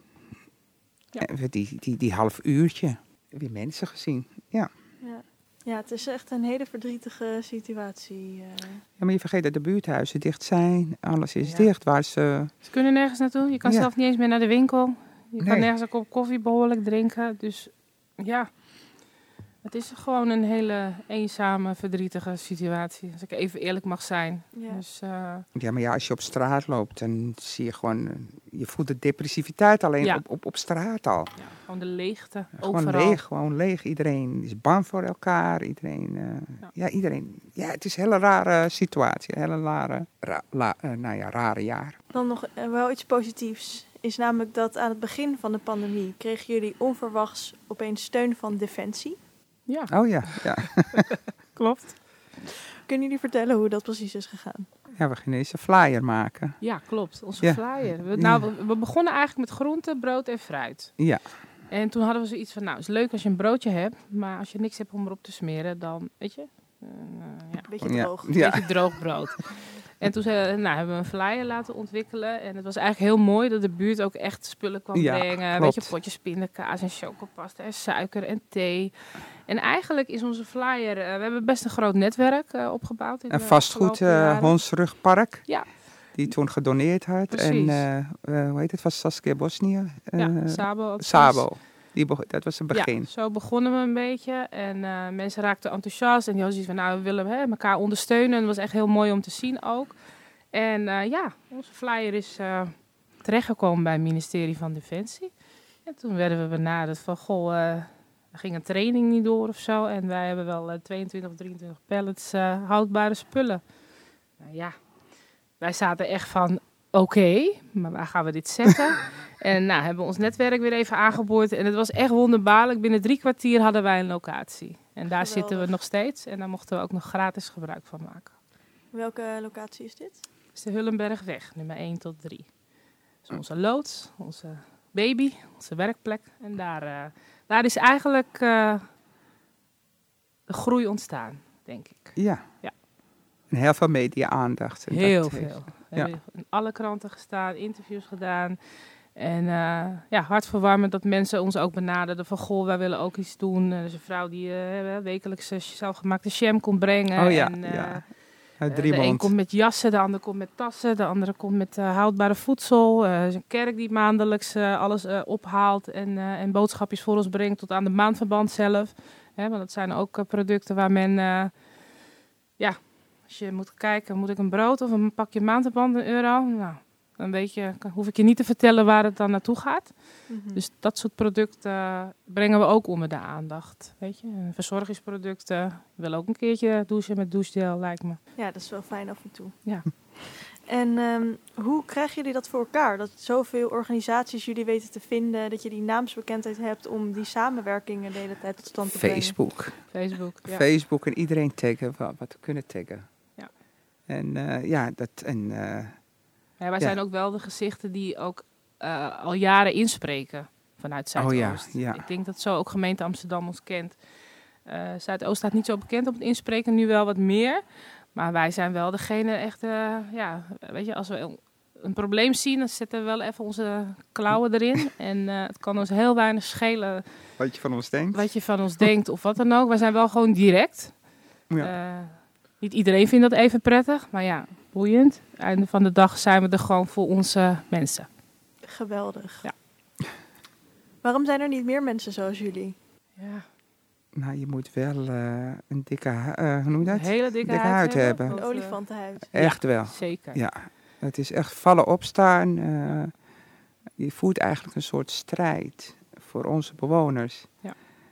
[SPEAKER 2] ja. uh, die, die, die half uurtje. Weer mensen gezien, ja.
[SPEAKER 1] ja. Ja, het is echt een hele verdrietige situatie. Uh.
[SPEAKER 2] Ja, maar je vergeet dat de buurthuizen dicht zijn. Alles is
[SPEAKER 3] ja.
[SPEAKER 2] dicht. Waar ze...
[SPEAKER 3] ze kunnen nergens naartoe. Je kan ja. zelf niet eens meer naar de winkel. Je nee. kan nergens een kop koffie behoorlijk drinken. Dus ja, het is gewoon een hele eenzame, verdrietige situatie. Als ik even eerlijk mag zijn.
[SPEAKER 1] Ja,
[SPEAKER 3] dus, uh...
[SPEAKER 2] ja maar ja, als je op straat loopt, dan zie je gewoon... Je voelt de depressiviteit alleen ja. op, op, op straat al.
[SPEAKER 3] Ja, gewoon de leegte,
[SPEAKER 2] ja, gewoon
[SPEAKER 3] overal.
[SPEAKER 2] leeg, gewoon leeg. Iedereen is bang voor elkaar. Iedereen, uh, ja. ja, iedereen... Ja, het is een hele rare situatie. Een hele rare, ra, la, uh, nou ja, rare jaar.
[SPEAKER 1] Dan nog uh, wel iets positiefs. Is namelijk dat aan het begin van de pandemie kregen jullie onverwachts opeens steun van Defensie.
[SPEAKER 3] Ja.
[SPEAKER 2] Oh ja, ja.
[SPEAKER 3] Klopt.
[SPEAKER 1] Kunnen jullie vertellen hoe dat precies is gegaan?
[SPEAKER 2] Ja, we gingen eens een flyer maken.
[SPEAKER 3] Ja, klopt. Onze
[SPEAKER 2] ja.
[SPEAKER 3] flyer. We, nou, we, we begonnen eigenlijk met groente, brood en fruit.
[SPEAKER 2] Ja.
[SPEAKER 3] En toen hadden we zoiets van, nou, het is leuk als je een broodje hebt, maar als je niks hebt om erop te smeren, dan, weet je... Uh, ja.
[SPEAKER 1] Beetje droog.
[SPEAKER 3] Een
[SPEAKER 2] ja.
[SPEAKER 3] beetje droog brood. En toen zei, nou, hebben we een flyer laten ontwikkelen. En het was eigenlijk heel mooi dat de buurt ook echt spullen kwam
[SPEAKER 2] ja,
[SPEAKER 3] brengen.
[SPEAKER 2] klopt.
[SPEAKER 3] Weet je, potjes pindakaas en chocopasta en suiker en thee. En eigenlijk is onze flyer... Uh, we hebben best een groot netwerk uh, opgebouwd. In
[SPEAKER 2] een vastgoed uh, Hondsrugpark.
[SPEAKER 3] Ja.
[SPEAKER 2] Die toen gedoneerd had.
[SPEAKER 3] Precies.
[SPEAKER 2] En uh, uh, hoe heet het? Was Saskia Bosnië? Uh,
[SPEAKER 3] ja, Sabo.
[SPEAKER 2] Sabo. Die be- dat was een begin.
[SPEAKER 3] Ja, zo begonnen we een beetje. En uh, mensen raakten enthousiast. En die hadden zoiets van, nou, we willen hè, elkaar ondersteunen. En dat was echt heel mooi om te zien ook. En uh, ja, onze flyer is uh, terechtgekomen bij het ministerie van Defensie. En toen werden we benaderd van, goh, uh, er ging een training niet door of zo. En wij hebben wel uh, tweeëntwintig of drieëntwintig pallets uh, houdbare spullen Nou ja, wij zaten echt van, oké, okay, maar waar gaan we dit zetten? En nou, hebben we ons netwerk weer even aangeboord. En het was echt wonderbaarlijk. Binnen drie kwartier hadden wij een locatie. En daar Geweldig. Zitten we nog steeds. En daar mochten we ook nog gratis gebruik van maken.
[SPEAKER 1] Welke locatie is dit?
[SPEAKER 3] Het is de Hullenbergweg, nummer één tot drie. Dus onze loods, onze baby, onze werkplek. En daar, uh, daar is eigenlijk uh, de groei ontstaan, denk ik.
[SPEAKER 2] Ja.
[SPEAKER 3] ja.
[SPEAKER 2] En heel veel media-aandacht.
[SPEAKER 3] Heel veel. Heeft, we ja. hebben in alle kranten gestaan, interviews gedaan. En uh, ja, hartverwarmend dat mensen ons ook benaderden van, goh, wij willen ook iets doen. Er is een vrouw die uh, wekelijks uh, zelfgemaakte jam kon brengen.
[SPEAKER 2] Oh ja,
[SPEAKER 3] en, uh,
[SPEAKER 2] ja.
[SPEAKER 3] Uh, de een komt met jassen, de ander komt met tassen, de andere komt met uh, houdbare voedsel. Uh, er is een kerk die maandelijks uh, alles uh, ophaalt en, uh, en boodschapjes voor ons brengt tot aan de maandverband zelf. Hè, want dat zijn ook uh, producten waar men, uh, ja, als je moet kijken, moet ik een brood of een pakje maandverband, een euro? Nou, dan weet je, hoef ik je niet te vertellen waar het dan naartoe gaat. Mm-hmm. Dus dat soort producten uh, brengen we ook onder de aandacht. Weet je, verzorgingsproducten. Ik wil ook een keertje douchen met douchegel, lijkt me.
[SPEAKER 1] Ja, dat is wel fijn af en toe.
[SPEAKER 3] Ja.
[SPEAKER 1] En um, hoe krijgen jullie dat voor elkaar? Dat zoveel organisaties jullie weten te vinden, dat je die naamsbekendheid hebt om die samenwerkingen de hele tijd tot stand te
[SPEAKER 2] Facebook.
[SPEAKER 1] brengen?
[SPEAKER 3] Facebook. Ja.
[SPEAKER 2] Facebook en iedereen taggen wat, wat we kunnen taggen.
[SPEAKER 3] Ja.
[SPEAKER 2] En uh, ja, dat en. Uh,
[SPEAKER 3] Ja, wij ja. zijn ook wel de gezichten die ook uh, al jaren inspreken vanuit Zuidoost.
[SPEAKER 2] Oh ja, ja.
[SPEAKER 3] Ik denk dat zo ook gemeente Amsterdam ons kent. Uh, Zuidoost staat niet zo bekend op het inspreken, nu wel wat meer. Maar wij zijn wel degene echt, uh, ja, weet je, als we een, een probleem zien, dan zetten we wel even onze klauwen erin. En uh, het kan ons heel weinig schelen.
[SPEAKER 2] Wat je van ons denkt.
[SPEAKER 3] Wat je van ons denkt of wat dan ook. Wij zijn wel gewoon direct. Ja. Uh, niet iedereen vindt dat even prettig, maar ja, boeiend. Einde van de dag zijn we er gewoon voor onze mensen.
[SPEAKER 1] Geweldig.
[SPEAKER 3] Ja.
[SPEAKER 1] Waarom zijn er niet meer mensen zoals jullie?
[SPEAKER 3] Ja.
[SPEAKER 2] Nou, je moet wel uh, een dikke, uh, hoe noem je dat?
[SPEAKER 3] Een hele dikke,
[SPEAKER 2] dikke
[SPEAKER 3] huid,
[SPEAKER 2] huid hebben.
[SPEAKER 1] hebben. Een olifantenhuid.
[SPEAKER 2] Echt
[SPEAKER 3] ja,
[SPEAKER 2] wel.
[SPEAKER 3] Zeker.
[SPEAKER 2] Ja, het is echt vallen opstaan. Uh, je voert eigenlijk een soort strijd voor onze bewoners.
[SPEAKER 3] Ja.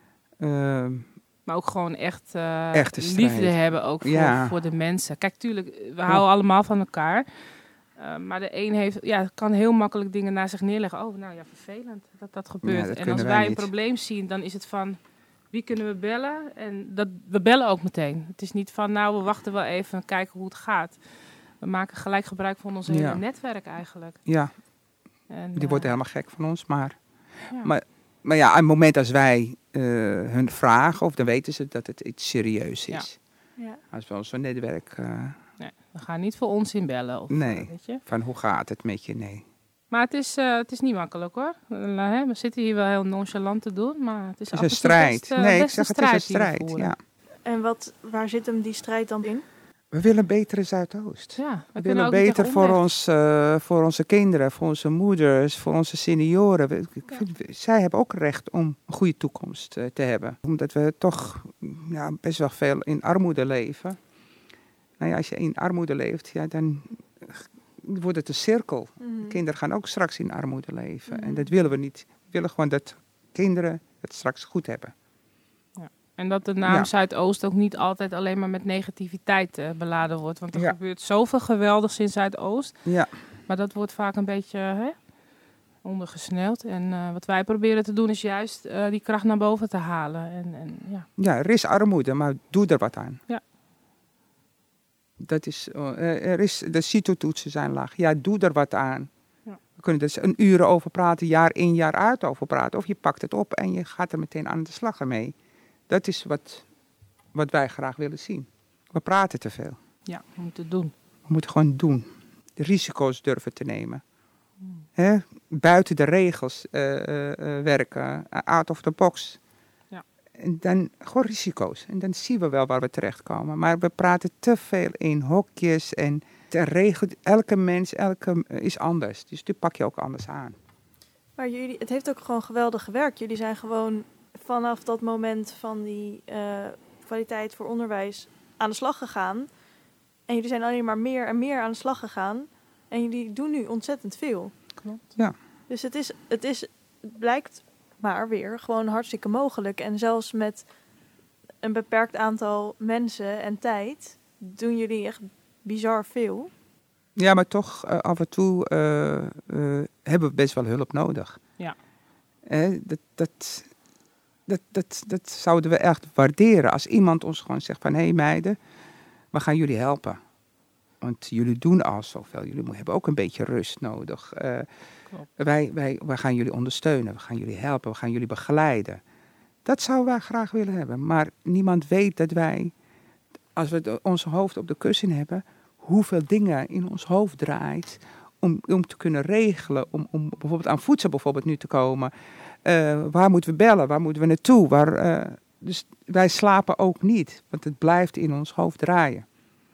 [SPEAKER 2] Uh,
[SPEAKER 3] Maar ook gewoon echt uh, liefde hebben ook voor,
[SPEAKER 2] ja.
[SPEAKER 3] voor de mensen. Kijk, tuurlijk, we ja. houden allemaal van elkaar. Uh, maar de een heeft, ja, kan heel makkelijk dingen naar zich neerleggen. Oh, nou ja, vervelend dat dat gebeurt.
[SPEAKER 2] Ja, dat
[SPEAKER 3] en als wij, wij een probleem zien, dan is het van, wie kunnen we bellen? En dat, we bellen ook meteen. Het is niet van, nou, we wachten wel even en kijken hoe het gaat. We maken gelijk gebruik van ons ja. hele netwerk eigenlijk.
[SPEAKER 2] Ja,
[SPEAKER 3] en,
[SPEAKER 2] die
[SPEAKER 3] uh,
[SPEAKER 2] wordt helemaal gek van ons. Maar
[SPEAKER 3] ja,
[SPEAKER 2] maar, maar ja, op het moment als wij uh, hun vragen, of dan weten ze dat het iets serieus is.
[SPEAKER 1] Ja. Ja.
[SPEAKER 2] Als we ons zo'n netwerk... Uh,
[SPEAKER 3] nee, we gaan niet voor ons inbellen. Of,
[SPEAKER 2] nee,
[SPEAKER 3] uh, weet je?
[SPEAKER 2] Van hoe gaat het met je? Nee.
[SPEAKER 3] Maar het is, uh, het is niet makkelijk hoor. Uh, we zitten hier wel heel nonchalant te doen, maar het is,
[SPEAKER 2] het is een strijd.
[SPEAKER 3] Best, uh,
[SPEAKER 2] nee,
[SPEAKER 3] best
[SPEAKER 2] ik zeg
[SPEAKER 3] een
[SPEAKER 2] het is een strijd. Ja.
[SPEAKER 1] En wat, waar zit hem die strijd dan in?
[SPEAKER 2] We willen een betere Zuidoost.
[SPEAKER 3] Ja, we,
[SPEAKER 2] we willen beter voor, ons, uh, voor onze kinderen, voor onze moeders, voor onze senioren. We, ja. Zij hebben ook recht om een goede toekomst uh, te hebben. Omdat we toch ja, best wel veel in armoede leven. Nou ja, als je in armoede leeft, ja, dan wordt het een cirkel. Mm. Kinderen gaan ook straks in armoede leven. Mm. En dat willen we niet. We willen gewoon dat kinderen het straks goed hebben.
[SPEAKER 3] Ja. En dat de naam
[SPEAKER 2] ja.
[SPEAKER 3] Zuidoost ook niet altijd alleen maar met negativiteit uh, beladen wordt. Want er
[SPEAKER 2] ja.
[SPEAKER 3] gebeurt zoveel geweldigs in Zuidoost.
[SPEAKER 2] Ja.
[SPEAKER 3] Maar dat wordt vaak een beetje hè, ondergesneld. En uh, wat wij proberen te doen is juist uh, die kracht naar boven te halen. En, en, ja.
[SPEAKER 2] ja, er is armoede, maar doe er wat aan.
[SPEAKER 3] Ja.
[SPEAKER 2] Dat is, uh, er is, de C I T O-toetsen zijn laag. Ja, doe er wat aan.
[SPEAKER 3] Ja.
[SPEAKER 2] We kunnen er dus een uur over praten, jaar in, jaar uit over praten. Of je pakt het op en je gaat er meteen aan de slag ermee. Dat is wat, wat wij graag willen zien. We praten te veel.
[SPEAKER 3] Ja, we moeten het doen.
[SPEAKER 2] We moeten gewoon doen. De risico's durven te nemen. Hmm. Hè? Buiten de regels uh, uh, uh, werken. Out of the box.
[SPEAKER 3] Ja.
[SPEAKER 2] En dan gewoon risico's. En dan zien we wel waar we terechtkomen. Maar we praten te veel in hokjes. En de regel, elke mens elke, uh, is anders. Dus die pak je ook anders aan.
[SPEAKER 1] Maar jullie, het heeft ook gewoon geweldig gewerkt. Jullie zijn gewoon vanaf dat moment van die uh, kwaliteit voor onderwijs aan de slag gegaan. En jullie zijn alleen maar meer en meer aan de slag gegaan. En jullie doen nu ontzettend veel.
[SPEAKER 3] Klopt.
[SPEAKER 2] Ja.
[SPEAKER 1] Dus het, is, het, is, het blijkt maar weer gewoon hartstikke mogelijk. En zelfs met een beperkt aantal mensen en tijd doen jullie echt bizar veel.
[SPEAKER 2] Ja, maar toch uh, af en toe uh, uh, hebben we best wel hulp nodig.
[SPEAKER 3] Ja.
[SPEAKER 2] Uh, dat, dat, dat, dat, dat zouden we echt waarderen als iemand ons gewoon zegt van... hé hey meiden, we gaan jullie helpen. Want jullie doen al zoveel. Jullie hebben ook een beetje rust nodig. Uh, wij, wij, wij gaan jullie ondersteunen. We gaan jullie helpen. We gaan jullie begeleiden. Dat zouden wij graag willen hebben. Maar niemand weet dat wij, als we de, onze hoofd op de kussen hebben... hoeveel dingen in ons hoofd draait om, om te kunnen regelen. Om, om bijvoorbeeld aan voedsel bijvoorbeeld nu te komen. Uh, waar moeten we bellen? Waar moeten we naartoe? Waar, uh, dus wij slapen ook niet. Want het blijft in ons hoofd draaien.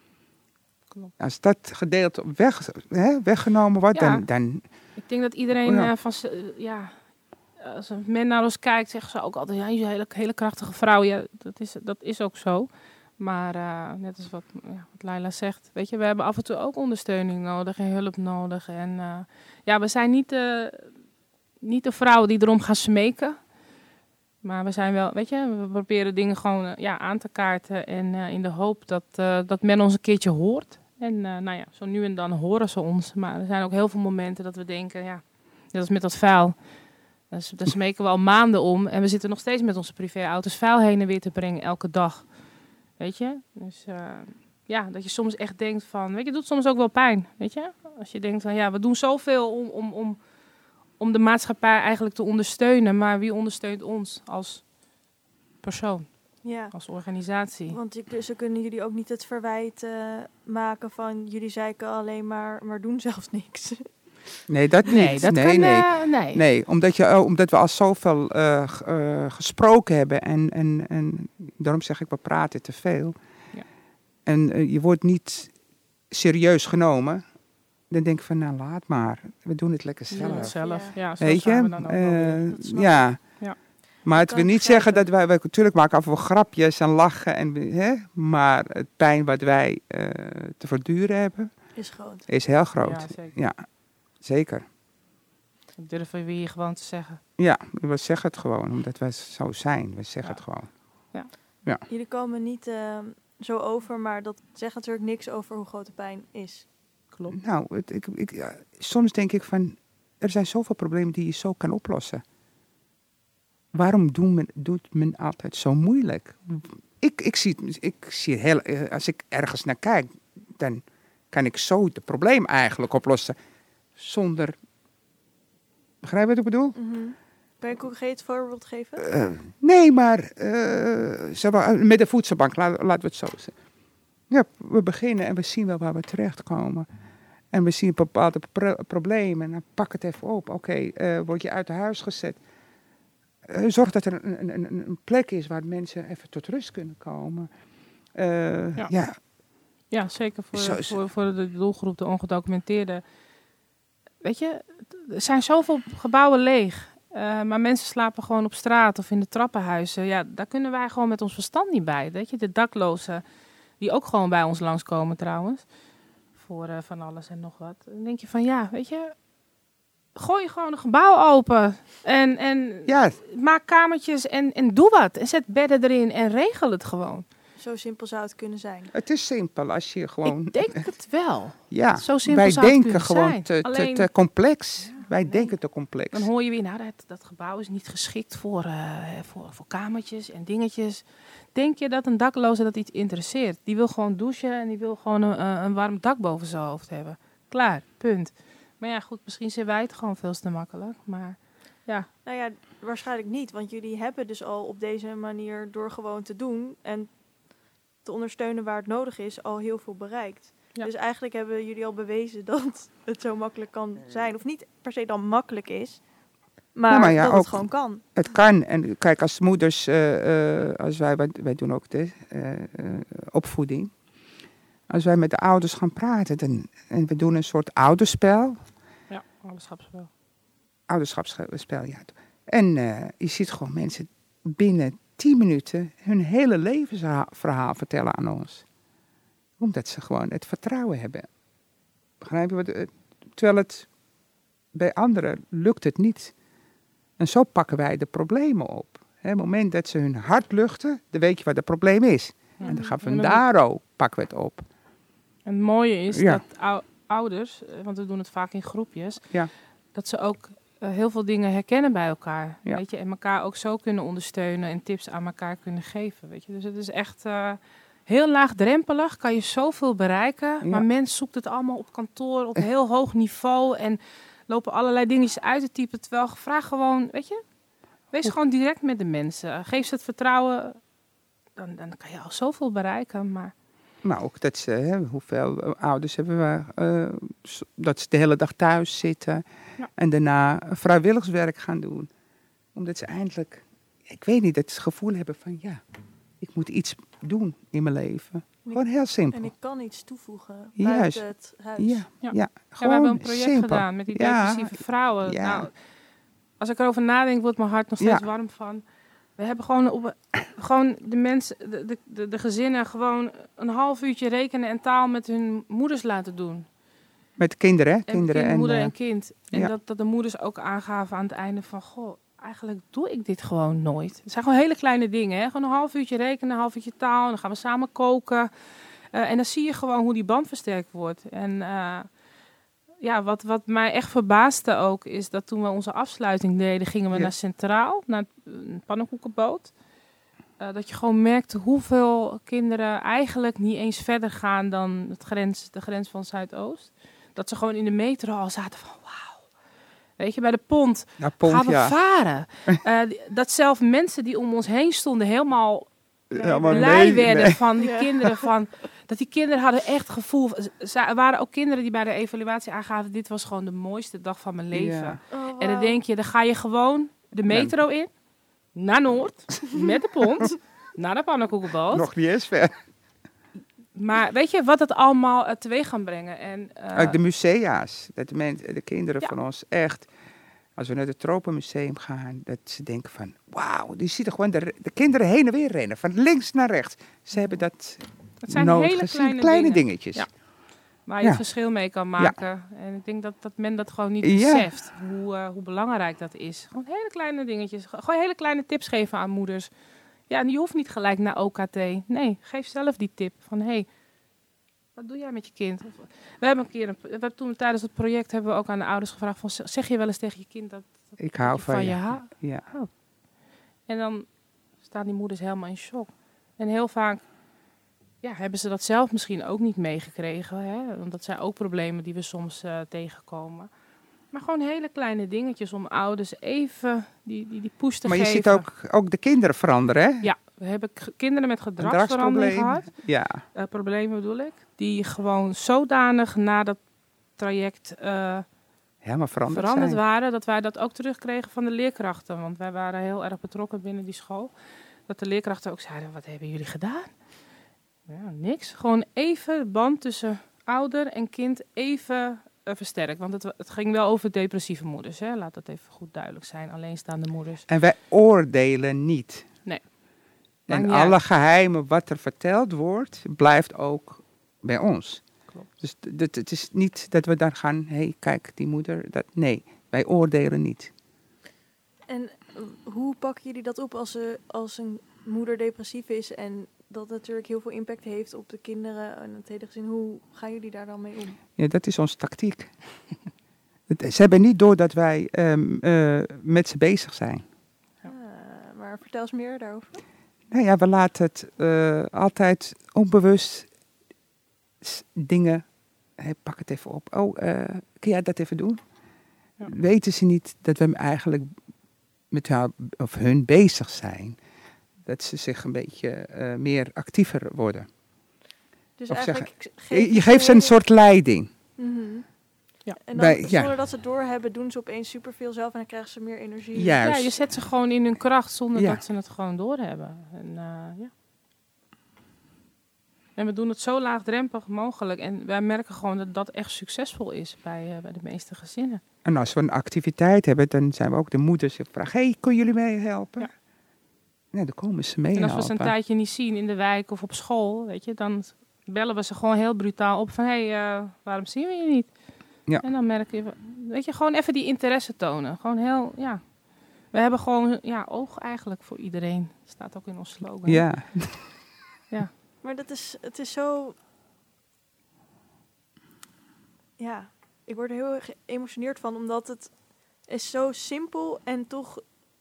[SPEAKER 2] Klopt. Als dat gedeelte weg, hè, weggenomen wordt, ja. dan, dan...
[SPEAKER 3] Ik denk dat iedereen ja. Uh, van... Uh, ja, als men naar ons kijkt, zeggen ze ook altijd... ja, je hele, hele krachtige vrouw. Ja, dat is, dat is ook zo. Maar uh, net als wat, ja, wat Laila zegt, weet je, we hebben af en toe ook ondersteuning nodig en hulp nodig. En uh, ja, we zijn niet de, niet de vrouwen die erom gaan smeken. Maar we zijn wel, weet je, we proberen dingen gewoon uh, ja, aan te kaarten. En uh, in de hoop dat, uh, dat men ons een keertje hoort. En uh, nou ja, zo nu en dan horen ze ons. Maar er zijn ook heel veel momenten dat we denken, ja, net als met dat vuil. Dus, daar smeken we al maanden om. En we zitten nog steeds met onze privéauto's vuil heen en weer te brengen elke dag. Weet je? Dus uh, ja, dat je soms echt denkt van... Weet je, het doet soms ook wel pijn, weet je? Als je denkt van, ja, we doen zoveel om, om, om, om de maatschappij eigenlijk te ondersteunen. Maar wie ondersteunt ons als persoon? Ja. Als organisatie?
[SPEAKER 1] Want ze kunnen jullie ook niet het verwijt uh, maken van... Jullie zeiken alleen maar, maar doen zelfs niks.
[SPEAKER 2] Nee, dat niet.
[SPEAKER 3] Nee, dat
[SPEAKER 2] nee,
[SPEAKER 3] kan,
[SPEAKER 2] nee.
[SPEAKER 3] Uh, nee.
[SPEAKER 2] nee omdat, je, oh, omdat we al zoveel uh, uh, gesproken hebben. En, en, en daarom zeg ik, we praten te veel. Ja. En uh, je wordt niet serieus genomen. Dan denk ik van, nou laat maar. We doen het lekker zelf.
[SPEAKER 3] Ja, zelf. Ja, zo
[SPEAKER 2] weet je?
[SPEAKER 3] We dan ook uh,
[SPEAKER 2] ja. ja. Maar het wil niet zeggen dat wij... wij natuurlijk maken af en toe grapjes en lachen. En, hè, maar het pijn wat wij uh, te verduren hebben...
[SPEAKER 1] Is groot.
[SPEAKER 2] Is heel groot.
[SPEAKER 3] Ja, zeker.
[SPEAKER 2] Ja. Zeker.
[SPEAKER 3] Dat durven we hier gewoon te zeggen.
[SPEAKER 2] Ja, we zeggen het gewoon, omdat wij zo zijn. We zeggen ja. het gewoon.
[SPEAKER 3] Ja.
[SPEAKER 2] Ja.
[SPEAKER 1] Jullie komen niet uh, zo over, maar dat zegt natuurlijk niks over hoe groot de pijn is.
[SPEAKER 3] Klopt.
[SPEAKER 2] Nou, het, ik, ik, ja, soms denk ik van, er zijn zoveel problemen die je zo kan oplossen. Waarom doen men, doet men altijd zo moeilijk? Ik, ik zie, ik zie heel, als ik ergens naar kijk, dan kan ik zo het probleem eigenlijk oplossen. Zonder... Begrijp je wat ik bedoel?
[SPEAKER 1] Mm-hmm. Kan je een concreet voorbeeld geven?
[SPEAKER 2] Uh, nee, maar uh, zeg maar, met de voedselbank, laat, laten we het zo zeggen. Ja, we beginnen en we zien wel waar we terechtkomen. En we zien bepaalde pro- problemen. En dan pak het even op. Oké, okay, uh, word je uit huis gezet. Uh, zorg dat er een, een, een plek is waar mensen even tot rust kunnen komen. Uh, ja. ja.
[SPEAKER 3] Ja, zeker voor, zo, voor, voor de doelgroep, de ongedocumenteerde. Weet je, er zijn zoveel gebouwen leeg. Uh, maar mensen slapen gewoon op straat of in de trappenhuizen. Ja, daar kunnen wij gewoon met ons verstand niet bij. Weet je, de daklozen, die ook gewoon bij ons langskomen trouwens. Voor uh, van alles en nog wat. Dan denk je van, ja, weet je... Gooi gewoon een gebouw open. En, en
[SPEAKER 2] ja.
[SPEAKER 3] maak kamertjes en, en doe wat. En zet bedden erin en regel het gewoon.
[SPEAKER 1] Zo simpel zou het kunnen zijn.
[SPEAKER 2] Het is simpel als je gewoon...
[SPEAKER 3] Ik denk het wel.
[SPEAKER 2] Ja,
[SPEAKER 3] zo simpel
[SPEAKER 2] wij
[SPEAKER 3] zou
[SPEAKER 2] denken
[SPEAKER 3] het
[SPEAKER 2] gewoon
[SPEAKER 3] zijn.
[SPEAKER 2] te,
[SPEAKER 3] Alleen,
[SPEAKER 2] te, te complex. Ja, wij
[SPEAKER 3] nee.
[SPEAKER 2] denken te complex.
[SPEAKER 3] Dan hoor je weer, nou, dat, dat gebouw is niet geschikt voor, uh, voor, voor kamertjes en dingetjes. Denk je dat een dakloze dat iets interesseert? Die wil gewoon douchen en die wil gewoon een, een warm dak boven zijn hoofd hebben. Klaar, punt. Maar ja, goed, misschien zijn wij het gewoon veel te makkelijk. Maar ja.
[SPEAKER 1] Nou ja, waarschijnlijk niet. Want jullie hebben dus al op deze manier door gewoon te doen en te ondersteunen waar het nodig is, al heel veel bereikt. Ja. Dus eigenlijk hebben jullie al bewezen dat het zo makkelijk kan zijn. Of niet per se dan makkelijk is, maar, ja, maar ja, dat het gewoon kan.
[SPEAKER 2] Het kan. En kijk, als moeders, uh, uh, als wij, wij doen ook de uh, uh, opvoeding. Als wij met de ouders gaan praten, dan, en we doen een soort ouderspel.
[SPEAKER 3] Ja, ouderschapsspel.
[SPEAKER 2] Ouderschapsspel, ja. En uh, je ziet gewoon mensen binnen tien minuten hun hele levensverhaal vertellen aan ons. Omdat ze gewoon het vertrouwen hebben. Begrijp je wat? Terwijl het bij anderen lukt het niet. En zo pakken wij de problemen op. Op het moment dat ze hun hart luchten, dan weet je wat het probleem is. Ja. En dan gaan we van daarop pakken we het op.
[SPEAKER 3] En het mooie is
[SPEAKER 2] Ja.
[SPEAKER 3] dat ou- ouders, eh, want we doen het vaak in groepjes,
[SPEAKER 2] Ja.
[SPEAKER 3] dat ze ook uh, heel veel dingen herkennen bij elkaar.
[SPEAKER 2] Ja.
[SPEAKER 3] Weet je, en elkaar ook zo kunnen ondersteunen en tips aan elkaar kunnen geven. Weet je. Dus het is echt uh, heel laagdrempelig, kan je zoveel bereiken.
[SPEAKER 2] Ja.
[SPEAKER 3] Maar mens zoekt het allemaal op kantoor op heel hoog niveau en lopen allerlei dingetjes uit te typen. Terwijl vraag gewoon, weet je, wees gewoon direct met de mensen. Geef ze het vertrouwen, dan, dan kan je al zoveel bereiken. Maar
[SPEAKER 2] Maar ook dat ze, hè, hoeveel ouders hebben we, uh, dat ze de hele dag thuis zitten.
[SPEAKER 3] Ja.
[SPEAKER 2] En daarna vrijwilligerswerk gaan doen. Omdat ze eindelijk, ik weet niet, het gevoel hebben van ja, ik moet iets doen in mijn leven. Gewoon heel simpel.
[SPEAKER 1] En ik kan iets toevoegen
[SPEAKER 2] Juist.
[SPEAKER 1] buiten het huis.
[SPEAKER 2] Ja,
[SPEAKER 3] Ja.
[SPEAKER 2] ja.
[SPEAKER 3] Ja, we
[SPEAKER 2] gewoon
[SPEAKER 3] hebben een project
[SPEAKER 2] simpel.
[SPEAKER 3] gedaan met die
[SPEAKER 2] Ja,
[SPEAKER 3] depressieve vrouwen.
[SPEAKER 2] ja.
[SPEAKER 3] Nou, als ik erover nadenk, wordt mijn hart nog steeds
[SPEAKER 2] Ja.
[SPEAKER 3] warm van. We hebben gewoon, op, gewoon de mensen, de, de, de, de gezinnen, gewoon een half uurtje rekenen en taal met hun moeders laten doen.
[SPEAKER 2] Met kinderen, hè?
[SPEAKER 3] En
[SPEAKER 2] Kinderen
[SPEAKER 3] kind,
[SPEAKER 2] en,
[SPEAKER 3] moeder
[SPEAKER 2] eh,
[SPEAKER 3] en kind. En
[SPEAKER 2] ja.
[SPEAKER 3] dat, dat de moeders ook aangaven aan het einde van, goh, eigenlijk doe ik dit gewoon nooit. Het zijn gewoon hele kleine dingen, hè. Gewoon een half uurtje rekenen, een half uurtje taal, en dan gaan we samen koken. Uh, en dan zie je gewoon hoe die band versterkt wordt. En uh, ja, wat, wat mij echt verbaasde ook, is dat toen we onze afsluiting deden, gingen we
[SPEAKER 2] Ja.
[SPEAKER 3] naar Centraal, naar een pannenkoekenboot. Uh, dat je gewoon merkte hoeveel kinderen eigenlijk niet eens verder gaan dan het grens, de grens van Zuidoost. Dat ze gewoon in de metro al zaten van wauw. Weet je, bij de pont
[SPEAKER 2] nou, pont,
[SPEAKER 3] gaan we
[SPEAKER 2] ja.
[SPEAKER 3] varen. Uh, die- dat zelf mensen die om ons heen stonden helemaal
[SPEAKER 2] Helemaal
[SPEAKER 3] blij
[SPEAKER 2] nee,
[SPEAKER 3] werden
[SPEAKER 2] nee.
[SPEAKER 3] van die
[SPEAKER 1] Ja.
[SPEAKER 3] kinderen. Van, dat die kinderen hadden echt gevoel. Er waren ook kinderen die bij de evaluatie aangaven, dit was gewoon de mooiste dag van mijn leven.
[SPEAKER 2] Ja.
[SPEAKER 1] Oh,
[SPEAKER 3] En dan
[SPEAKER 1] wauw.
[SPEAKER 3] denk je, dan ga je gewoon de metro in, naar Noord, met de pont, naar de pannenkoekenboot.
[SPEAKER 2] Nog niet eens ver.
[SPEAKER 3] Maar weet je wat het allemaal uh, teweeg gaan brengen? En, uh,
[SPEAKER 2] Ook de musea's. Dat de, men, de kinderen
[SPEAKER 3] Ja.
[SPEAKER 2] van ons echt, als we naar het Tropenmuseum gaan, dat ze denken van, wauw, die ziet er gewoon de, de kinderen heen en weer rennen, van links naar rechts. Ze hebben dat
[SPEAKER 3] het zijn
[SPEAKER 2] nodig
[SPEAKER 3] hele
[SPEAKER 2] gezien.
[SPEAKER 3] kleine, dingen
[SPEAKER 2] dingetjes.
[SPEAKER 3] Ja. waar je
[SPEAKER 2] Ja.
[SPEAKER 3] het verschil mee kan maken. En ik denk dat, dat men dat gewoon niet
[SPEAKER 2] Ja.
[SPEAKER 3] beseft, hoe, uh, hoe belangrijk dat is. Gewoon hele kleine dingetjes. Gewoon hele kleine tips geven aan moeders. Ja, en je hoeft niet gelijk naar O K T. Nee, geef zelf die tip van, hé, hey, wat doe jij met je kind? Of, we hebben een keer, een, we hebben toen tijdens het project hebben we ook aan de ouders gevraagd van, zeg je wel eens tegen je kind dat, dat
[SPEAKER 2] Ik hou
[SPEAKER 3] je
[SPEAKER 2] van,
[SPEAKER 3] van
[SPEAKER 2] je.
[SPEAKER 3] je houdt?
[SPEAKER 2] Ja.
[SPEAKER 3] En dan staan die moeders helemaal in shock. En heel vaak ja, hebben ze dat zelf misschien ook niet meegekregen. Hè? Want dat zijn ook problemen die we soms uh, tegenkomen. Maar gewoon hele kleine dingetjes om ouders even die, die, die push te
[SPEAKER 2] Maar je
[SPEAKER 3] geven.
[SPEAKER 2] ziet ook, ook de kinderen veranderen, hè?
[SPEAKER 3] Ja, we hebben k- kinderen met gedragsverandering gehad.
[SPEAKER 2] Ja.
[SPEAKER 3] Uh, problemen bedoel ik. Die gewoon zodanig na dat traject uh,
[SPEAKER 2] Helemaal veranderd,
[SPEAKER 3] veranderd
[SPEAKER 2] zijn.
[SPEAKER 3] waren, dat wij dat ook terugkregen van de leerkrachten. Want wij waren heel erg betrokken binnen die school. Dat de leerkrachten ook zeiden, wat hebben jullie gedaan? Ja, niks. Gewoon even de band tussen ouder en kind even uh, versterkt. Want het, het ging wel over depressieve moeders. Hè? Laat dat even goed duidelijk zijn. Alleenstaande moeders.
[SPEAKER 2] En wij oordelen niet.
[SPEAKER 3] Nee.
[SPEAKER 2] En
[SPEAKER 3] niet
[SPEAKER 2] alle
[SPEAKER 3] uit.
[SPEAKER 2] geheimen wat er verteld wordt, blijft ook bij ons.
[SPEAKER 3] Klopt.
[SPEAKER 2] Dus d- d- het is niet dat we dan gaan, hé, hey, kijk, die moeder, dat, nee, wij oordelen niet.
[SPEAKER 1] En uh, hoe pakken jullie dat op als, ze, als een moeder depressief is en dat natuurlijk heel veel impact heeft op de kinderen en het hele gezin? Hoe gaan jullie daar dan mee om?
[SPEAKER 2] Ja, dat is onze tactiek. Het- Ze hebben niet door dat wij um, uh, met ze bezig zijn.
[SPEAKER 3] Ja.
[SPEAKER 1] Uh, maar vertel eens meer daarover.
[SPEAKER 2] Nou ja, we laten het uh, altijd onbewust s- dingen, hey, pak het even op. Oh, uh, kun jij dat even doen?
[SPEAKER 3] Ja.
[SPEAKER 2] Weten ze niet dat we eigenlijk met haar of hun bezig zijn? Dat ze zich een beetje uh, meer actiever worden.
[SPEAKER 1] Dus
[SPEAKER 2] Of
[SPEAKER 1] eigenlijk
[SPEAKER 2] Je, je geeft ze een soort leiding.
[SPEAKER 1] Mm-hmm.
[SPEAKER 3] Ja.
[SPEAKER 1] En dan,
[SPEAKER 2] Bij- ja.
[SPEAKER 1] zonder dat ze het doorhebben, doen ze opeens superveel zelf en dan krijgen ze meer energie.
[SPEAKER 2] Juist.
[SPEAKER 3] Ja, je zet ze gewoon in hun kracht zonder
[SPEAKER 2] Ja.
[SPEAKER 3] dat ze het gewoon doorhebben. En, uh, ja. en we doen het zo laagdrempelig mogelijk. En wij merken gewoon dat dat echt succesvol is bij, uh, bij de meeste gezinnen.
[SPEAKER 2] En als we een activiteit hebben, dan zijn we ook de moeders die vragen, hé, hey, kunnen jullie mee helpen?
[SPEAKER 3] Ja.
[SPEAKER 2] Nou, dan komen ze mee
[SPEAKER 3] En als we ze een
[SPEAKER 2] helpen.
[SPEAKER 3] tijdje niet zien in de wijk of op school, weet je, dan bellen we ze gewoon heel brutaal op van, hé, hey, uh, waarom zien we je niet?
[SPEAKER 2] Ja.
[SPEAKER 3] En dan merk je, weet je, gewoon even die interesse tonen. Gewoon heel, ja. We hebben gewoon, ja, oog eigenlijk voor iedereen. Staat ook in ons slogan.
[SPEAKER 2] Ja,
[SPEAKER 1] Maar dat is, het is zo ja, ik word er heel erg geëmotioneerd van, omdat het is zo simpel en toch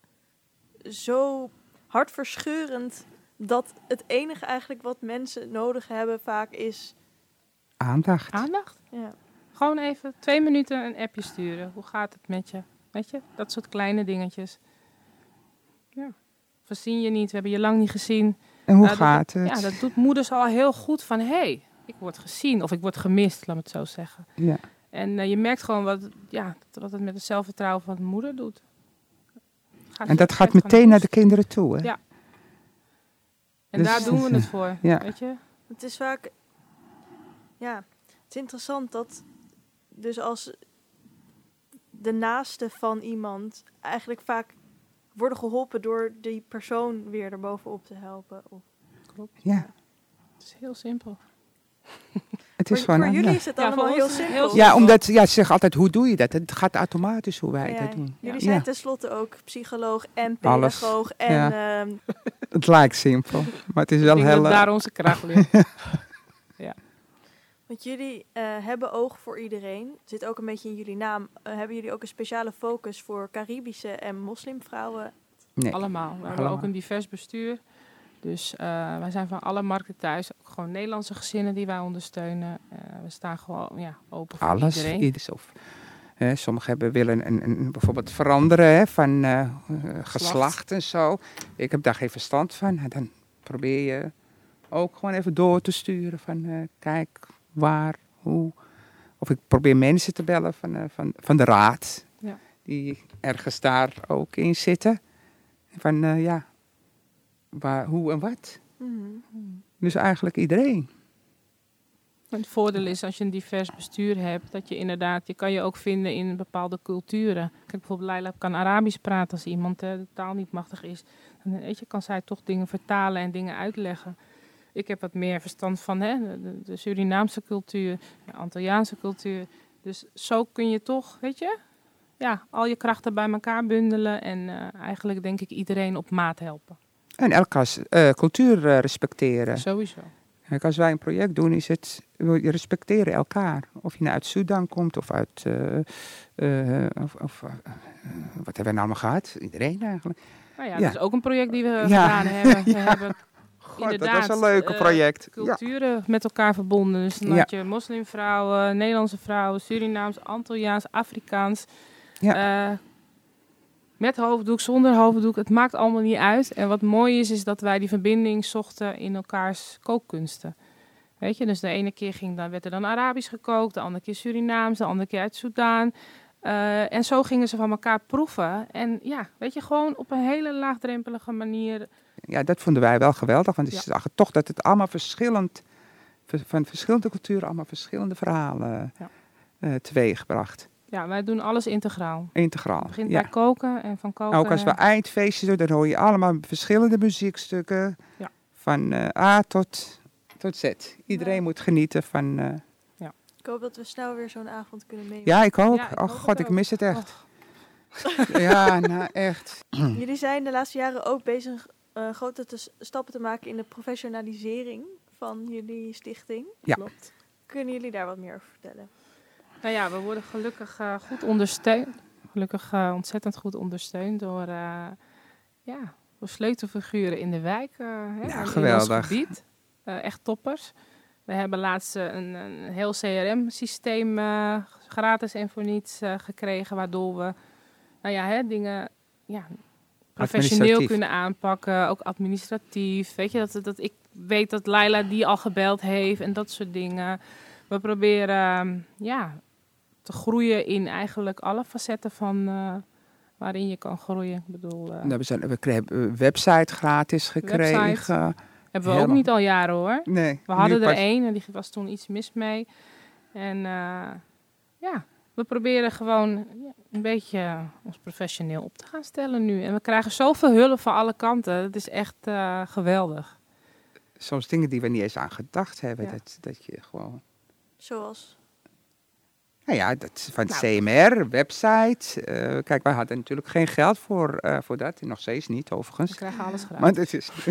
[SPEAKER 1] zo hartverscheurend dat het enige eigenlijk wat mensen nodig hebben vaak is
[SPEAKER 2] Aandacht.
[SPEAKER 3] Aandacht?
[SPEAKER 1] Ja.
[SPEAKER 3] Gewoon even twee minuten een appje sturen. Hoe gaat het met je? Weet je, dat soort kleine dingetjes. Ja. We zien je niet, we hebben je lang niet gezien.
[SPEAKER 2] En hoe
[SPEAKER 3] Uh,
[SPEAKER 2] gaat
[SPEAKER 3] dat,
[SPEAKER 2] het?
[SPEAKER 3] Ja, dat doet moeders al heel goed van, hé, hey, ik word gezien of ik word gemist, laat me het zo zeggen.
[SPEAKER 2] Ja.
[SPEAKER 3] En uh, je merkt gewoon wat, ja, wat het met het zelfvertrouwen van de moeder doet. Gaat
[SPEAKER 2] En dat
[SPEAKER 3] je-
[SPEAKER 2] gaat
[SPEAKER 3] geeft
[SPEAKER 2] meteen
[SPEAKER 3] gewoon
[SPEAKER 2] naar
[SPEAKER 3] een
[SPEAKER 2] de kinderen toe, hè?
[SPEAKER 3] Ja. En
[SPEAKER 2] Dus-
[SPEAKER 3] daar doen we het voor,
[SPEAKER 2] Ja.
[SPEAKER 3] weet je?
[SPEAKER 1] Het is vaak, ja, het is interessant dat dus als de naaste van iemand eigenlijk vaak worden geholpen door die persoon weer erbovenop te helpen. Of,
[SPEAKER 3] Klopt.
[SPEAKER 2] Ja.
[SPEAKER 3] Het is heel simpel.
[SPEAKER 2] Het is
[SPEAKER 1] voor
[SPEAKER 2] gewoon
[SPEAKER 1] voor jullie
[SPEAKER 2] ja.
[SPEAKER 1] is het
[SPEAKER 3] Ja,
[SPEAKER 1] allemaal
[SPEAKER 3] voor
[SPEAKER 1] heel
[SPEAKER 3] ons is het
[SPEAKER 1] simpel.
[SPEAKER 3] heel
[SPEAKER 2] Ja, omdat ja, ze zeggen altijd, hoe doe je dat? Het gaat automatisch hoe wij
[SPEAKER 1] Ja,
[SPEAKER 2] dat doen.
[SPEAKER 1] jullie
[SPEAKER 3] Ja.
[SPEAKER 1] zijn
[SPEAKER 2] Ja.
[SPEAKER 1] tenslotte ook psycholoog en
[SPEAKER 2] Alles.
[SPEAKER 1] pedagoog. En
[SPEAKER 2] Ja.
[SPEAKER 1] ehm,
[SPEAKER 2] Het lijkt simpel, maar het is
[SPEAKER 3] Ik
[SPEAKER 2] wel
[SPEAKER 3] denk
[SPEAKER 2] heel...
[SPEAKER 3] dat daar onze kracht ligt.
[SPEAKER 1] want jullie eh, hebben oog voor iedereen. Zit ook een beetje in jullie naam. Eh, hebben jullie ook een speciale focus voor Caribische en moslimvrouwen?
[SPEAKER 2] Nee.
[SPEAKER 3] Allemaal. We hebben
[SPEAKER 2] Allemaal.
[SPEAKER 3] ook een divers bestuur. Dus uh, wij zijn van alle markten thuis. Ook gewoon Nederlandse gezinnen die wij ondersteunen. Uh, we staan gewoon ja, open voor
[SPEAKER 2] Alles.
[SPEAKER 3] iedereen.
[SPEAKER 2] Ieders of, hè, sommigen hebben willen een, een, bijvoorbeeld veranderen hè, van uh, uh, geslacht en zo. Ik heb daar geen verstand van. Nou, dan probeer je ook gewoon even door te sturen van uh, kijk waar, hoe. Of ik probeer mensen te bellen van, uh, van, van de raad.
[SPEAKER 3] Ja.
[SPEAKER 2] Die ergens daar ook in zitten. Van uh, ja, waar, hoe en wat.
[SPEAKER 1] Mm-hmm.
[SPEAKER 2] Dus eigenlijk iedereen.
[SPEAKER 3] Het voordeel is als je een divers bestuur hebt, dat je inderdaad, je kan je ook vinden in bepaalde culturen. Kijk, bijvoorbeeld Laila kan Arabisch praten als iemand uh, de taal niet machtig is. Dan weet je, kan zij toch dingen vertalen en dingen uitleggen. Ik heb wat meer verstand van hè, de, de Surinaamse cultuur, de Antilliaanse cultuur. Dus zo kun je toch, weet je, ja, al je krachten bij elkaar bundelen en uh, eigenlijk denk ik iedereen op maat helpen.
[SPEAKER 2] En elkaars uh, cultuur uh, respecteren.
[SPEAKER 3] Sowieso.
[SPEAKER 2] Kijk, als wij een project doen, is het, we respecteren elkaar. Of je nou uit Sudan komt of uit, uh, uh, of, of uh, wat hebben we nou allemaal gehad? Iedereen eigenlijk.
[SPEAKER 3] Nou ja,
[SPEAKER 2] Ja.
[SPEAKER 3] dat is ook een project die we
[SPEAKER 2] Ja.
[SPEAKER 3] gedaan hebben. We
[SPEAKER 2] Ja.
[SPEAKER 3] hebben
[SPEAKER 2] God, dat
[SPEAKER 3] inderdaad,
[SPEAKER 2] was een leuk
[SPEAKER 3] uh,
[SPEAKER 2] project. Ja.
[SPEAKER 3] culturen met elkaar verbonden. Dus dan
[SPEAKER 2] Ja.
[SPEAKER 3] had je moslimvrouwen, Nederlandse vrouwen, Surinaams, Antilliaans, Afrikaans.
[SPEAKER 2] Ja.
[SPEAKER 3] Uh, met hoofddoek, zonder hoofddoek. Het maakt allemaal niet uit. En wat mooi is, is dat wij die verbinding zochten in elkaars kookkunsten. Weet je, dus de ene keer ging, dan werd er dan Arabisch gekookt, de andere keer Surinaams, de andere keer uit Soudaan. Uh, en zo gingen ze van elkaar proeven. En ja, weet je, gewoon op een hele laagdrempelige manier.
[SPEAKER 2] Ja, dat vonden wij wel geweldig. Want ze
[SPEAKER 3] Ja.
[SPEAKER 2] zagen toch dat het allemaal verschillend, van verschillende culturen, allemaal verschillende verhalen
[SPEAKER 3] Ja.
[SPEAKER 2] uh, teweegbracht.
[SPEAKER 3] Ja, wij doen alles integraal.
[SPEAKER 2] Integraal.
[SPEAKER 3] Het begint
[SPEAKER 2] Ja.
[SPEAKER 3] bij koken en van koken.
[SPEAKER 2] Ook als we eindfeestjes doen, dan hoor je allemaal verschillende muziekstukken.
[SPEAKER 3] Ja.
[SPEAKER 2] Van uh, A tot, tot Z. Iedereen
[SPEAKER 1] Ja.
[SPEAKER 2] moet genieten van... Uh,
[SPEAKER 1] Ik hoop dat we snel weer zo'n avond kunnen nemen.
[SPEAKER 2] ja, ik ook.
[SPEAKER 3] Ja, ik
[SPEAKER 2] oh
[SPEAKER 3] hoop
[SPEAKER 2] god,
[SPEAKER 3] het
[SPEAKER 2] ik
[SPEAKER 3] ook.
[SPEAKER 2] mis het echt. Ja, nou echt.
[SPEAKER 1] Jullie zijn de laatste jaren ook bezig uh, grote te s- stappen te maken in de professionalisering van jullie stichting.
[SPEAKER 2] Ja.
[SPEAKER 3] Klopt.
[SPEAKER 1] Kunnen jullie daar wat meer over vertellen?
[SPEAKER 3] Nou ja, we worden gelukkig uh, goed ondersteund. Gelukkig uh, ontzettend goed ondersteund door, uh, ja, door sleutelfiguren in de wijk. Uh, hè,
[SPEAKER 2] Ja,
[SPEAKER 3] in
[SPEAKER 2] geweldig.
[SPEAKER 3] ons gebied. Uh, echt toppers. We hebben laatst uh, een, een heel C R M-systeem uh, gratis en voor niets uh, gekregen. Waardoor we nou ja, hè, dingen ja, professioneel
[SPEAKER 2] Administratief.
[SPEAKER 3] kunnen aanpakken. Ook administratief. Weet je, dat, dat ik weet dat Laila die al gebeld heeft en dat soort dingen. We proberen uh, ja, te groeien in eigenlijk alle facetten van uh, waarin je kan groeien. Ik bedoel, uh,
[SPEAKER 2] Nou, we, zijn, we kregen een website gratis gekregen.
[SPEAKER 3] Website. hebben we ook
[SPEAKER 2] helemaal.
[SPEAKER 3] niet al jaren hoor.
[SPEAKER 2] Nee.
[SPEAKER 3] We hadden
[SPEAKER 2] nu
[SPEAKER 3] er
[SPEAKER 2] pas-
[SPEAKER 3] één en die was toen iets mis mee. En uh, ja, we proberen gewoon ja, een beetje ons professioneel op te gaan stellen nu. En we krijgen zoveel hulp van alle kanten. Het is echt uh, geweldig.
[SPEAKER 2] Soms dingen die we niet eens aan gedacht hebben.
[SPEAKER 3] Ja.
[SPEAKER 2] Dat, dat je gewoon...
[SPEAKER 1] Zoals?
[SPEAKER 2] Nou ja, dat, van het
[SPEAKER 3] Nou.
[SPEAKER 2] C M R, website. Uh, kijk, wij hadden natuurlijk geen geld voor, uh, voor dat. Nog steeds niet, overigens.
[SPEAKER 3] We krijgen alles gratis.
[SPEAKER 2] Maar het is...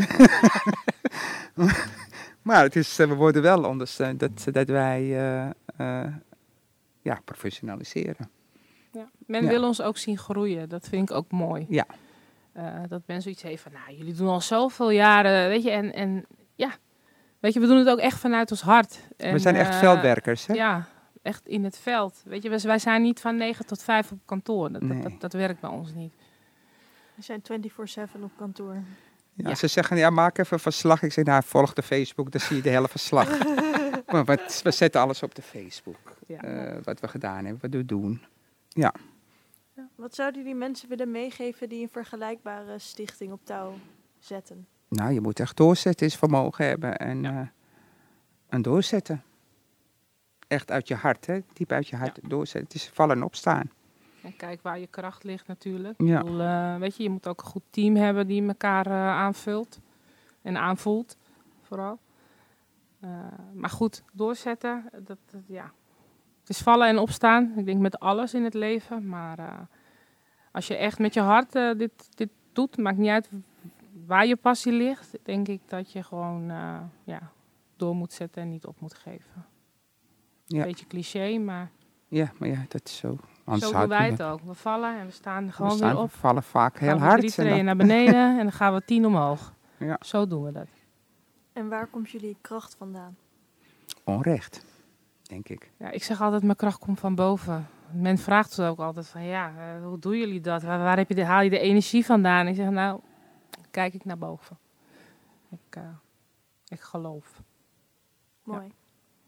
[SPEAKER 2] maar het is, uh, we worden wel ondersteund dat, dat wij uh, uh, ja, professionaliseren.
[SPEAKER 3] Ja. Men
[SPEAKER 2] Ja.
[SPEAKER 3] wil ons ook zien groeien. Dat vind ik ook mooi.
[SPEAKER 2] Ja.
[SPEAKER 3] Uh, dat men zoiets heeft van, nou, jullie doen al zoveel jaren, weet je. En, en ja, weet je, we doen het ook echt vanuit ons hart. En,
[SPEAKER 2] we zijn echt
[SPEAKER 3] uh,
[SPEAKER 2] veldwerkers, hè?
[SPEAKER 3] Ja, echt in het veld. Weet je, wij zijn niet van negen tot vijf op kantoor. Dat,
[SPEAKER 2] Nee.
[SPEAKER 3] dat, dat, dat werkt bij ons niet.
[SPEAKER 1] We zijn vierentwintig zeven op kantoor.
[SPEAKER 2] Ja,
[SPEAKER 3] Ja.
[SPEAKER 2] Ze zeggen, ja, maak even verslag. Ik zeg, nou, volg de Facebook, dan zie je de hele verslag. Maar wat, we zetten alles op de Facebook.
[SPEAKER 3] Ja.
[SPEAKER 2] Uh, wat we gedaan hebben, wat we doen. Ja.
[SPEAKER 1] Wat zouden jullie mensen willen meegeven die een vergelijkbare stichting op touw zetten?
[SPEAKER 2] Nou, je moet echt doorzetten, is vermogen hebben en,
[SPEAKER 3] Ja.
[SPEAKER 2] uh, en doorzetten. Echt uit je hart, hè? Diep uit je hart
[SPEAKER 3] Ja.
[SPEAKER 2] doorzetten. Het is vallen en opstaan.
[SPEAKER 3] En kijk waar je kracht ligt natuurlijk.
[SPEAKER 2] Ja.
[SPEAKER 3] Ik bedoel, uh, weet je, je moet ook een goed team hebben die elkaar uh, aanvult en aanvoelt, vooral. Uh, maar goed, doorzetten, dat, dat, ja. Het is vallen en opstaan. Ik denk met alles in het leven. Maar uh, als je echt met je hart uh, dit, dit doet, maakt niet uit waar je passie ligt, denk ik dat je gewoon uh, ja, door moet zetten en niet op moet geven.
[SPEAKER 2] Ja.
[SPEAKER 3] Beetje cliché, maar
[SPEAKER 2] Ja, maar ja, dat is zo.
[SPEAKER 3] zo doen wij het ook. We vallen en we staan gewoon
[SPEAKER 2] we staan,
[SPEAKER 3] weer op.
[SPEAKER 2] We vallen vaak heel
[SPEAKER 3] gaan we
[SPEAKER 2] hard.
[SPEAKER 3] drie
[SPEAKER 2] en dan-
[SPEAKER 3] treden naar beneden en dan gaan we tien omhoog.
[SPEAKER 2] Ja.
[SPEAKER 3] Zo doen we dat.
[SPEAKER 1] En waar komt jullie kracht vandaan?
[SPEAKER 2] Onrecht, denk ik.
[SPEAKER 3] Ja, ik zeg altijd, mijn kracht komt van boven. Men vraagt ons ook altijd van, ja, uh, hoe doen jullie dat? Waar, waar heb je de, haal je de energie vandaan? Ik zeg, nou, kijk ik naar boven. Ik, uh, ik geloof.
[SPEAKER 1] Mooi. Ja.